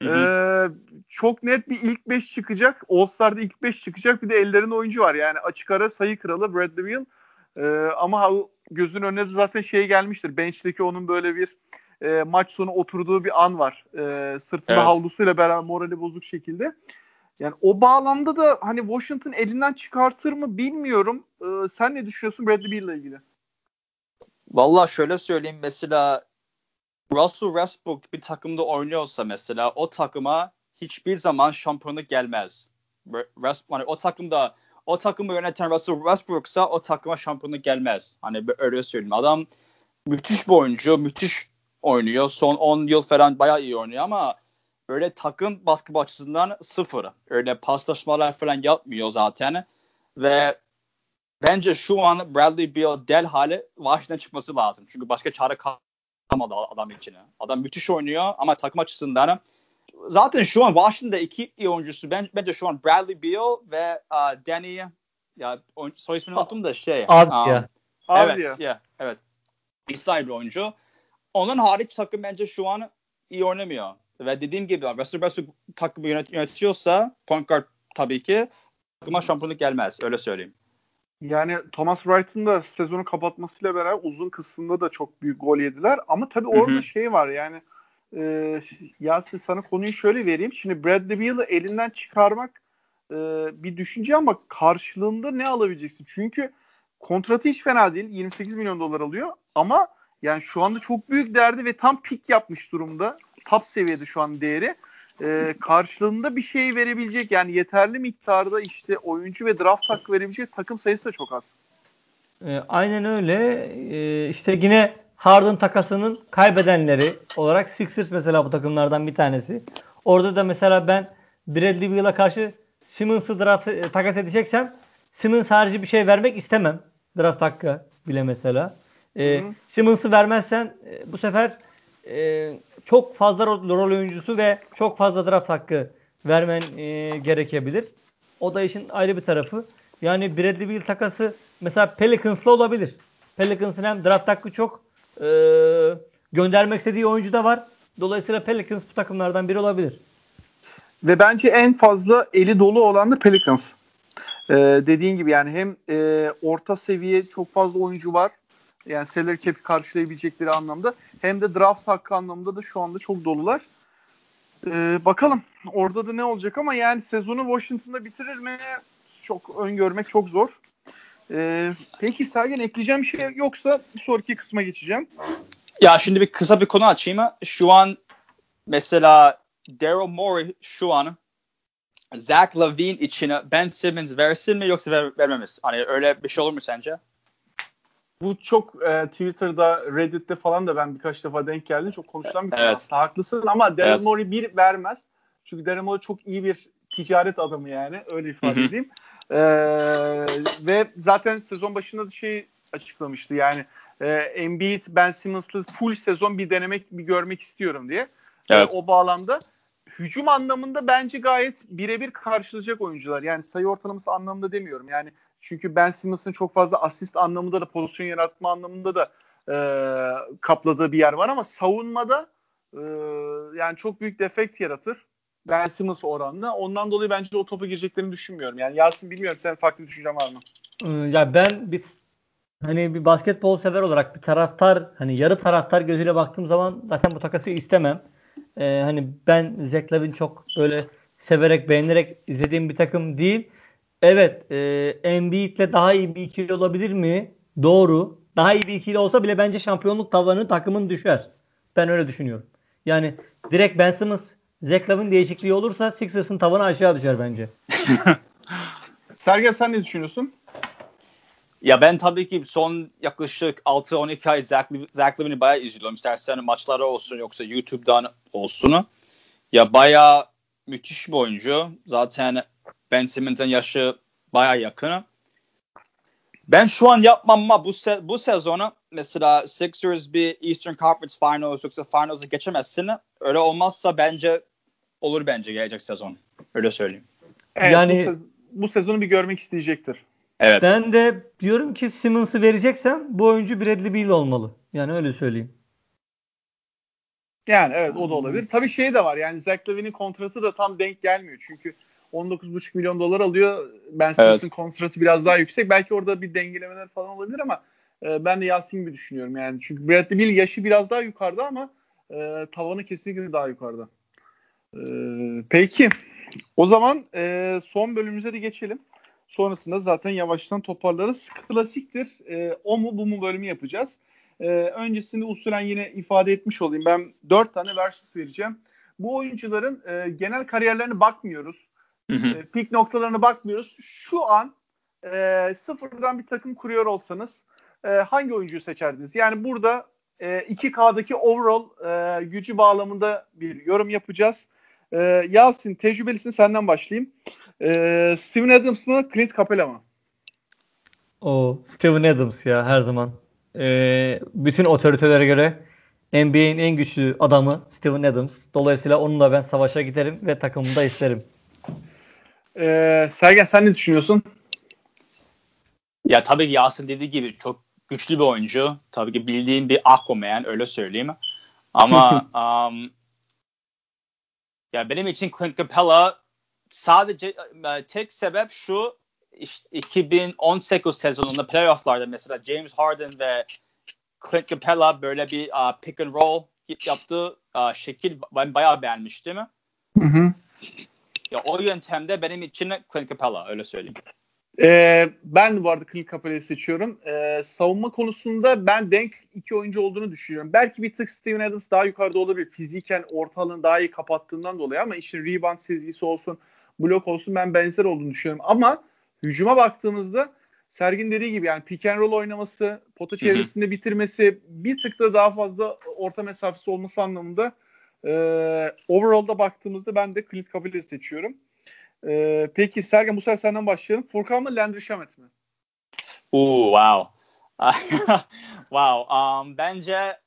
S1: çok net bir ilk 5 çıkacak. All-Star'da ilk 5 çıkacak. Bir de ellerinde oyuncu var. Yani açık ara sayı kralı Bradley Beal. Ama gözün önüne de zaten gelmiştir. Bench'teki onun böyle bir maç sonu oturduğu bir an var. Sırtında havlusuyla beraber morali bozuk şekilde. Yani o bağlamda da hani Washington elinden çıkartır mı bilmiyorum. Sen ne düşünüyorsun Bradley Beal ile ilgili?
S4: Vallahi şöyle söyleyeyim, mesela Russell Westbrook bir takımda oynuyorsa mesela o takıma hiçbir zaman şampiyonluk gelmez. Hani o takımı yöneten Russell Westbrook'sa o takıma şampiyonluk gelmez. Hani öyle söyleyeyim. Adam müthiş bir oyuncu, müthiş oynuyor. Son 10 yıl falan bayağı iyi oynuyor ama öyle takım basketbol açısından sıfır. Öyle paslaşmalar falan yapmıyor zaten. Ve bence şu an Bradley Beal del hali Washington'dan çıkması lazım. Çünkü başka çare kalmadı adam için. Adam müthiş oynuyor ama takım açısından zaten şu an Washington'da iki iyi oyuncusu. Bence şu an Bradley Beal ve Danny, ya soy ismini unuttum da Evet. İsrail bir oyuncu. Onun hariç takım bence şu an iyi oynamıyor. Ve dediğim gibi Russell Westbrook takımı yönetiyorsa point guard tabii ki takıma şampiyonluk gelmez. Öyle söyleyeyim.
S1: Yani Thomas Wright'ın da sezonu kapatmasıyla beraber uzun kısmında da çok büyük gol yediler. Ama tabii orada şey var yani Yasin sana konuyu şöyle vereyim. Şimdi Bradley Beal'ı elinden çıkarmak bir düşünce ama karşılığında ne alabileceksin? Çünkü kontratı hiç fena değil. 28 milyon dolar alıyor ama yani şu anda çok büyük değerli ve tam pik yapmış durumda. Top seviyede şu an değeri. Karşılığında bir şey verebilecek yani yeterli miktarda işte oyuncu ve draft hakkı verebilecek takım sayısı da çok az.
S3: Aynen öyle. İşte yine Harden takasının kaybedenleri olarak Sixers mesela bu takımlardan bir tanesi. Orada da mesela ben Bradley Beal'a karşı Simmons'ı takas edeceksem Simmons harici bir şey vermek istemem. Draft hakkı bile mesela. Simmons'ı vermezsen bu sefer çok fazla rol oyuncusu ve çok fazla draft hakkı vermen gerekebilir. O da işin ayrı bir tarafı. Yani Bradley Beal takası mesela Pelicans'la olabilir. Pelicans'ın hem draft hakkı çok göndermek istediği oyuncu da var. Dolayısıyla Pelicans bu takımlardan biri olabilir.
S1: Ve bence en fazla eli dolu olan da Pelicans. Dediğin gibi yani hem orta seviye çok fazla oyuncu var. Yani salary cap'i karşılayabilecekleri anlamda. Hem de draft hakkı anlamında da şu anda çok dolular. Bakalım orada da ne olacak ama yani sezonu Washington'da bitirir mi? Çok öngörmek çok zor. Peki Sergen ekleyeceğim bir şey yoksa bir sonraki kısma geçeceğim.
S4: Ya şimdi kısa bir konu açayım. Şu an mesela Daryl Morey şu an Zach LaVine için Ben Simmons versin mi yoksa vermemiz? Hani öyle bir şey olur mu sence?
S1: Bu çok Twitter'da, Reddit'te falan da ben birkaç defa denk geldim. Çok konuşulan bir konu
S4: Evet.
S1: aslında. Haklısın ama Daryl Morey bir vermez. Çünkü Daryl Morey çok iyi bir ticaret adamı yani. Öyle ifade edeyim. Ve zaten sezon başında da şey açıklamıştı. Yani Embiid, Ben Simmons'lı full sezon bir denemek, bir görmek istiyorum diye.
S4: Evet.
S1: O bağlamda hücum anlamında bence gayet birebir karşılayacak oyuncular. Yani sayı ortalaması anlamında demiyorum. Yani çünkü Ben Simmons'ın çok fazla asist anlamında da pozisyon yaratma anlamında da kapladığı bir yer var ama savunmada yani çok büyük defekt yaratır. Ben Simmons oranla. Ondan dolayı bence o topa gireceklerini düşünmüyorum. Yani Yasin bilmiyorum senin farklı bir düşüncen var mı?
S3: Ya ben bir basketbol sever olarak bir taraftar hani yarı taraftar gözüyle baktığım zaman zaten bu takası istemem. Hani ben Zach LaVine çok böyle severek beğenerek izlediğim bir takım değil. Evet, Embiid'le daha iyi bir ikili olabilir mi? Doğru. Daha iyi bir ikili olsa bile bence şampiyonluk tavanı takımın düşer. Ben öyle düşünüyorum. Yani direkt Ben Simmons, Zach LaVine değişikliği olursa Sixers'ın tavanı aşağı düşer bence.
S1: Sergen sen ne düşünüyorsun?
S4: Ya ben tabii ki son yaklaşık 6-12 ay Zach LaVine'i bayağı izliyorum. İstersen maçları olsun yoksa YouTube'dan olsun. Ya bayağı müthiş bir oyuncu. Zaten Ben Simmons'ın yaşı bayağı yakın. Ben şu an yapmam ama bu sezonu mesela Sixers bir Eastern Conference Finals yoksa Finals'a geçemezsin. Öyle olmazsa bence olur gelecek sezon. Öyle söyleyeyim.
S1: Evet,
S3: yani
S1: bu sezonu bir görmek isteyecektir.
S4: Evet.
S3: Ben de diyorum ki Simmons'ı vereceksem bu oyuncu Bradley Beal olmalı. Yani öyle söyleyeyim.
S1: Yani evet o da olabilir. Tabii şey de var yani Zach LaVine'in kontratı da tam denk gelmiyor. Çünkü 19,5 milyon dolar alıyor. Ben Simmons'ın kontratı biraz daha yüksek. Belki orada bir dengelemeler falan olabilir ama ben de Yasin gibi düşünüyorum yani. Çünkü Bradley Beal yaşı biraz daha yukarıda ama tavanı kesinlikle daha yukarıda. Peki. O zaman son bölümümüze de geçelim. Sonrasında zaten yavaştan toparlarız. Klasiktir. O mu bu mu bölümü yapacağız. Öncesinde usulen yine ifade etmiş olayım. Ben 4 tane versus vereceğim. Bu oyuncuların genel kariyerlerine bakmıyoruz. Pik noktalarına bakmıyoruz. Şu an sıfırdan bir takım kuruyor olsanız hangi oyuncuyu seçerdiniz? Yani burada 2K'daki overall gücü bağlamında bir yorum yapacağız. Yasin tecrübelisin senden başlayayım. Steven Adams mı Clint Capela mı?
S3: O Steven Adams ya her zaman. Bütün otoritelere göre NBA'in en güçlü adamı Steven Adams. Dolayısıyla onunla ben savaşa giderim ve takımımda isterim.
S1: Sergen sen ne düşünüyorsun?
S4: Ya tabii ki Yasin dediği gibi çok güçlü bir oyuncu. Tabii ki bildiğim bir Aquaman, öyle söyleyeyim. Ama ya benim için Clint Capela sadece tek sebep şu, işte 2018 sezonunda playofflarda mesela James Harden ve Clint Capela böyle bir pick and roll yaptığı şekil ben bayağı beğenmiştim.
S1: Hı hı.
S4: Ya o yöntemde benim için Clint Capela, öyle söyleyeyim.
S1: Ben bu arada Clint Capela'yı seçiyorum. Savunma konusunda ben denk iki oyuncu olduğunu düşünüyorum. Belki bir tık Steven Adams daha yukarıda olabilir. Fiziken ortalığını daha iyi kapattığından dolayı ama işin rebound sezgisi olsun, blok olsun ben benzer olduğunu düşünüyorum. Ama hücuma baktığımızda Sergin dediği gibi yani pick and roll oynaması, pota çevresinde bitirmesi, bir tık da daha fazla orta mesafesi olması anlamında overall'da baktığımızda ben de Clint Capela'yı seçiyorum. Peki Sergen, bu sefer senden başlayalım. Furkan mı, Landry Shamet mi?
S4: Wow. Wow. Bence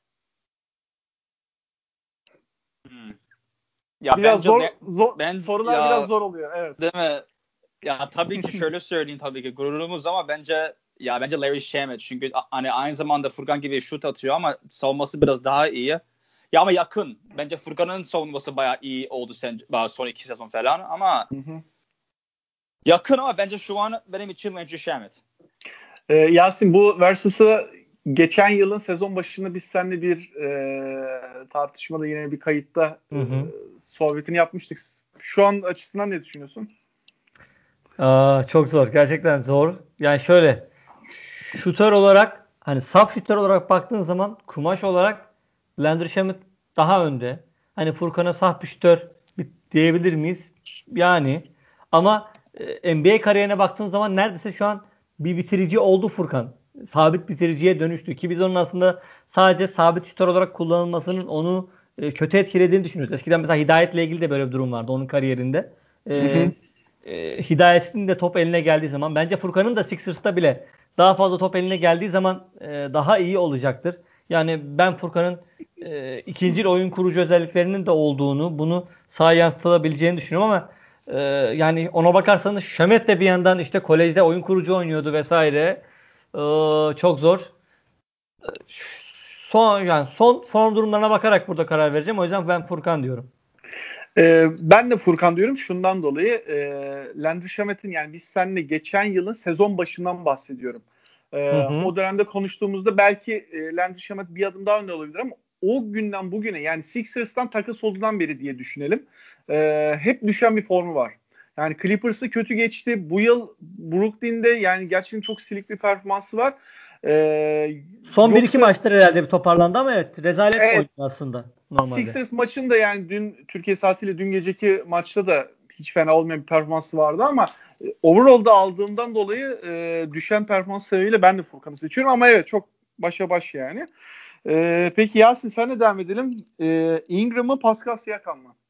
S4: ya
S1: biraz
S4: bence
S1: sorular
S4: ya,
S1: biraz zor oluyor. Evet.
S4: değil mi? Ya tabii ki şöyle söyleyeyim, tabii ki gururumuz, ama bence Larry Shamet, çünkü hani aynı zamanda Furkan gibi şut atıyor ama savunması biraz daha iyi. Ya ama yakın. Bence Furkan'ın savunması bayağı iyi oldu son 2 sezon falan ama yakın, ama bence şu an benim için Landry Shamet.
S1: Yasin, bu Versus'ı geçen yılın sezon başında biz seninle bir tartışmada, yine bir kayıtta sohbetini yapmıştık. Şu an açısından ne düşünüyorsun?
S3: Çok zor. Gerçekten zor. Yani şöyle, şutör olarak, hani saf şutör olarak baktığın zaman kumaş olarak Landry Shamet daha önde. Hani Furkan'a saf bir şutör diyebilir miyiz? Yani ama NBA kariyerine baktığın zaman neredeyse şu an bir bitirici oldu Furkan. Sabit bitiriciye dönüştü ki biz onun aslında sadece sabit şutör olarak kullanılmasının onu kötü etkilediğini düşünüyoruz. Eskiden mesela Hidayet'le ilgili de böyle bir durum vardı onun kariyerinde. Hidayet'in de top eline geldiği zaman, bence Furkan'ın da Sixers'ta bile daha fazla top eline geldiği zaman daha iyi olacaktır. Yani ben Furkan'ın ikinci oyun kurucu özelliklerinin de olduğunu, bunu sahaya yansıtabileceğini düşünüyorum ama yani ona bakarsanız Şamet de bir yandan işte kolejde oyun kurucu oynuyordu vesaire. Çok zor. Son form durumlarına bakarak burada karar vereceğim. O yüzden ben Furkan diyorum.
S1: Ben de Furkan diyorum şundan dolayı. Landry Shamet'in, yani biz seninle geçen yılın sezon başından bahsediyorum. O dönemde konuştuğumuzda belki Landry Shamet bir adım daha önde olabilir ama o günden bugüne, yani Sixers'tan takas olduğundan beri diye düşünelim. Hep düşen bir formu var. Yani Clippers'ı kötü geçti. Bu yıl Brooklyn'de yani gerçekten çok silik bir performansı var.
S3: Son 1-2 maçtır herhalde bir toparlandı ama evet, rezalet
S1: Evet,
S3: oynuyor aslında normalde.
S1: Sixers maçında, yani dün Türkiye saatiyle dün geceki maçta da hiç fena olmayan bir performansı vardı ama overall'da aldığımdan dolayı düşen performans sebebiyle ben de Furkan'ı seçiyorum ama evet, çok başa baş yani. Peki Yasin, senle devam edelim. Ingram mı, Pascal Siakam mı?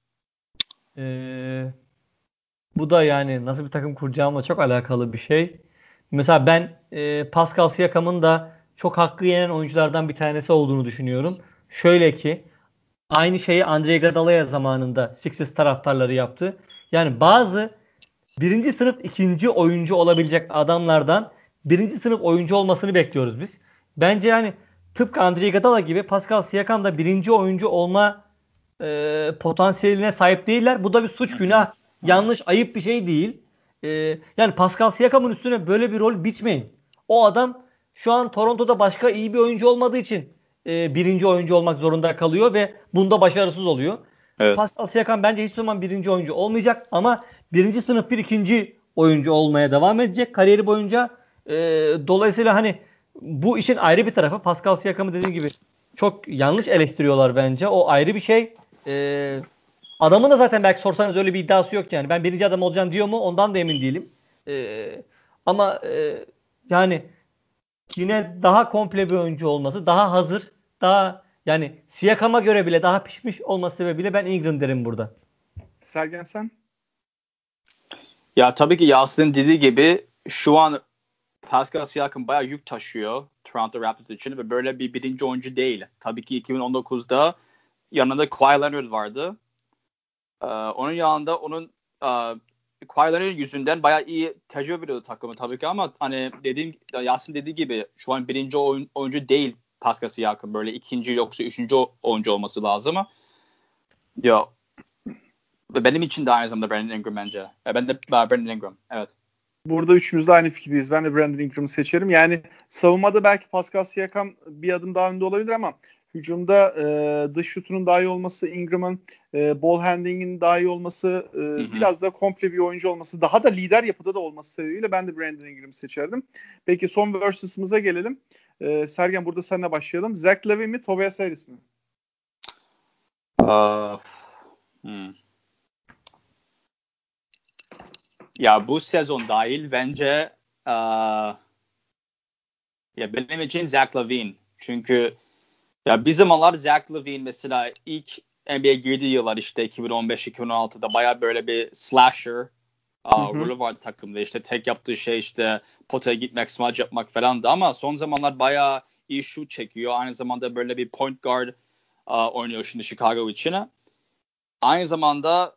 S3: Bu da yani nasıl bir takım kuracağımla çok alakalı bir şey. Mesela ben Pascal Siakam'ın da çok hakkı yenen oyunculardan bir tanesi olduğunu düşünüyorum. Şöyle ki, aynı şeyi Andre Iguodala zamanında Sixers taraftarları yaptı. Yani bazı birinci sınıf ikinci oyuncu olabilecek adamlardan birinci sınıf oyuncu olmasını bekliyoruz biz. Bence yani tıpkı Andre Iguodala gibi Pascal Siakam da birinci oyuncu olma potansiyeline sahip değiller. Bu da bir suç, günah, yanlış, ayıp bir şey değil. Yani Pascal Siakam'ın üstüne böyle bir rol biçmeyin. O adam şu an Toronto'da başka iyi bir oyuncu olmadığı için birinci oyuncu olmak zorunda kalıyor ve bunda başarısız oluyor.
S4: Evet.
S3: Pascal Siakam bence hiçbir zaman birinci oyuncu olmayacak ama birinci sınıf bir ikinci oyuncu olmaya devam edecek kariyeri boyunca. Dolayısıyla hani bu işin ayrı bir tarafı. Pascal Siakam'ı dediğim gibi çok yanlış eleştiriyorlar bence. O ayrı bir şey. Adamın da zaten belki sorsanız öyle bir iddiası yok yani. Ben birinci adam olacağım diyor mu? Ondan da emin değilim. Ama yani yine daha komple bir oyuncu olması, daha hazır, daha yani Siakam'a göre bile daha pişmiş olması sebebiyle ben Ingram derim burada.
S1: Sergen, sen?
S4: Ya tabii ki Yasin'in dediği gibi şu an Pascal Siakam bayağı yük taşıyor Toronto Raptors için ve böyle bir birinci oyuncu değil. Tabii ki 2019'da yanında Kawhi Leonard vardı. Onun yanında onun Kawhi Leonard yüzünden bayağı iyi tecrübe veriyordu takımı tabii ki ama hani Yasin dediği gibi şu an birinci oyuncu değil Pascal Siakam. Böyle ikinci yoksa üçüncü oyuncu olması lazım ama ya benim için de aynı zamanda Brandon Ingram bence. Ben de Brandon Ingram. Evet.
S1: Burada üçümüz de aynı fikirdeyiz. Ben de Brandon Ingram'ı seçerim. Yani savunmada belki Pascal Siakam bir adım daha önde olabilir ama hücumda dış şutunun daha iyi olması, Ingram'ın ball handling'in daha iyi olması, biraz da komple bir oyuncu olması, daha da lider yapıda da olması sebebiyle ben de Brandon Ingram'ı seçerdim. Peki son versus'ımıza gelelim. Sergen burada seninle başlayalım. Zach LaVine mi, Tobias Harris mi?
S4: Ya bu sezon dahil bence ya benim için Zach LaVine. Çünkü ya bir zamanlar Zach LaVine mesela ilk NBA'ye girdiği yıllar işte 2015-2016'da bayağı böyle bir slasher rolü vardı takımda. İşte tek yaptığı şey işte potaya gitmek, smaç yapmak falandı ama son zamanlar bayağı iyi şut çekiyor. Aynı zamanda böyle bir point guard oynuyor şimdi Chicago için. Aynı zamanda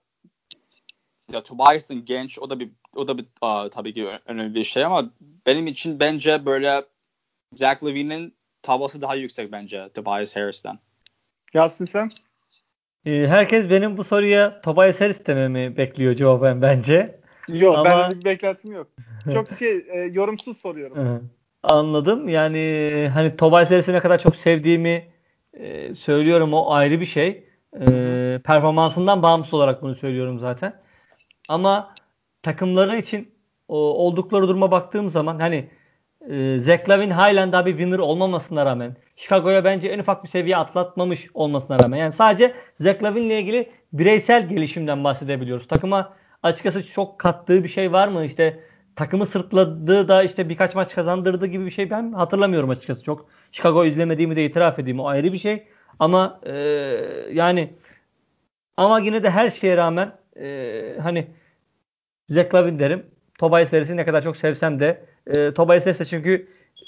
S4: ya Tobias'ın genç, o da bir tabii ki önemli bir şey ama benim için bence böyle Zach LaVine'in tablosu daha yüksek bence Tobias Harris'ten.
S1: Yasin sen?
S3: Herkes benim bu soruya Tobias Harris dememi bekliyor cevaben bence.
S1: Yok,
S3: ama
S1: ben bir beklentim yok. Çok yorumsuz soruyorum.
S3: Anladım. Yani hani Tobias Harris'i ne kadar çok sevdiğimi söylüyorum. O ayrı bir şey. Performansından bağımsız olarak bunu söylüyorum zaten. Ama takımları için oldukları duruma baktığım zaman hani Zach LaVine halen daha bir winner olmamasına rağmen Chicago'ya bence en ufak bir seviye atlatmamış olmasına rağmen yani sadece Zach LaVine ile ilgili bireysel gelişimden bahsedebiliyoruz. Takıma açıkçası çok kattığı bir şey var mı? İşte takımı sırtladığı da işte birkaç maç kazandırdığı gibi bir şey ben hatırlamıyorum açıkçası. Çok Chicago izlemediğimi de itiraf edeyim. O ayrı bir şey. Ama yani ama yine de her şeye rağmen hani Zach LaVine derim. Tobias Harris'i ne kadar çok sevsem de Tobias Harris de çünkü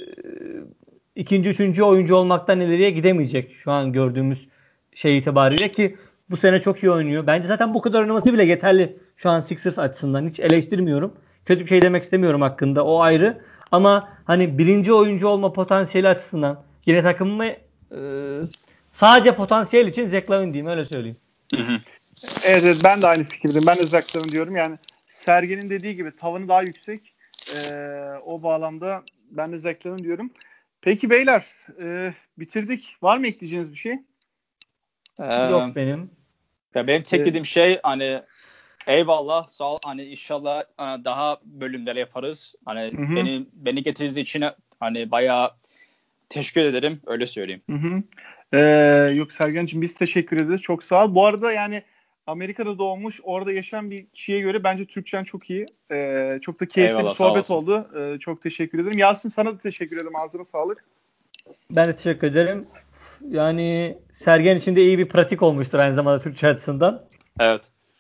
S3: ikinci, üçüncü oyuncu olmaktan ileriye gidemeyecek şu an gördüğümüz şey itibariyle ki bu sene çok iyi oynuyor. Bence zaten bu kadar oynaması bile yeterli şu an Sixers açısından. Hiç eleştirmiyorum. Kötü bir şey demek istemiyorum hakkında. O ayrı. Ama hani birinci oyuncu olma potansiyeli açısından yine takımımı sadece potansiyel için Zach LaVine diyeyim. Öyle söyleyeyim.
S1: Evet, ben de aynı fikirdeyim. Ben de Zach LaVine diyorum. Yani Sergen'in dediği gibi tavanı daha yüksek. O bağlamda ben de Zach LaVine diyorum. Peki beyler, bitirdik. Var mı ekleyeceğiniz bir şey?
S3: Yok benim.
S4: Ya benim tek dediğim şey hani eyvallah sağ ol, hani inşallah daha bölümler yaparız. Hani beni getirdiğiniz için hani bayağı teşekkür ederim. Öyle söyleyeyim.
S1: Yok Sergen'cim biz teşekkür ederiz. Çok sağ ol. Bu arada yani Amerika'da doğmuş, orada yaşayan bir kişiye göre bence Türkçen çok iyi. Çok da keyifli
S4: eyvallah,
S1: bir sohbet oldu. Çok teşekkür ederim. Yasin sana da teşekkür ederim. Ağzına sağlık.
S3: Ben de teşekkür ederim. Yani Sergen için de iyi bir pratik olmuştur aynı zamanda Türkçe açısından.
S4: Evet.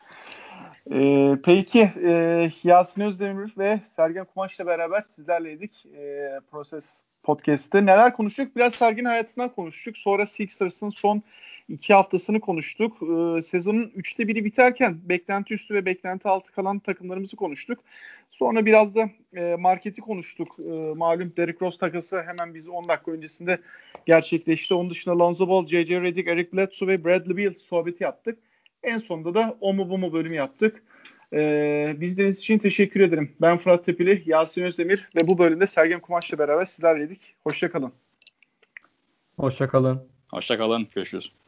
S1: Peki Yasin Özdemir ve Sergen Kumaş'la beraber sizlerleydik Proses Podcast'te. Neler konuştuk? Biraz Sergen hayatından konuştuk. Sonra Sixers'ın son 2 haftasını konuştuk. Sezonun 1/3 biterken beklenti üstü ve beklenti altı kalan takımlarımızı konuştuk. Sonra biraz da marketi konuştuk. Malum Derrick Rose takası hemen biz 10 dakika öncesinde gerçekleşti. Onun dışında Lonzo Ball, J.J. Redick, Eric Bledsoe ve Bradley Beal sohbeti yaptık. En sonunda da o mu bu mu bölümü yaptık. Bizleriniz için teşekkür ederim. Ben Fırat Tepili, Yasin Özdemir ve bu bölümde Sergen Kumaş'la beraber sizlerleydik. Hoşça kalın.
S3: Hoşça kalın.
S4: Hoşça kalın. Görüşürüz.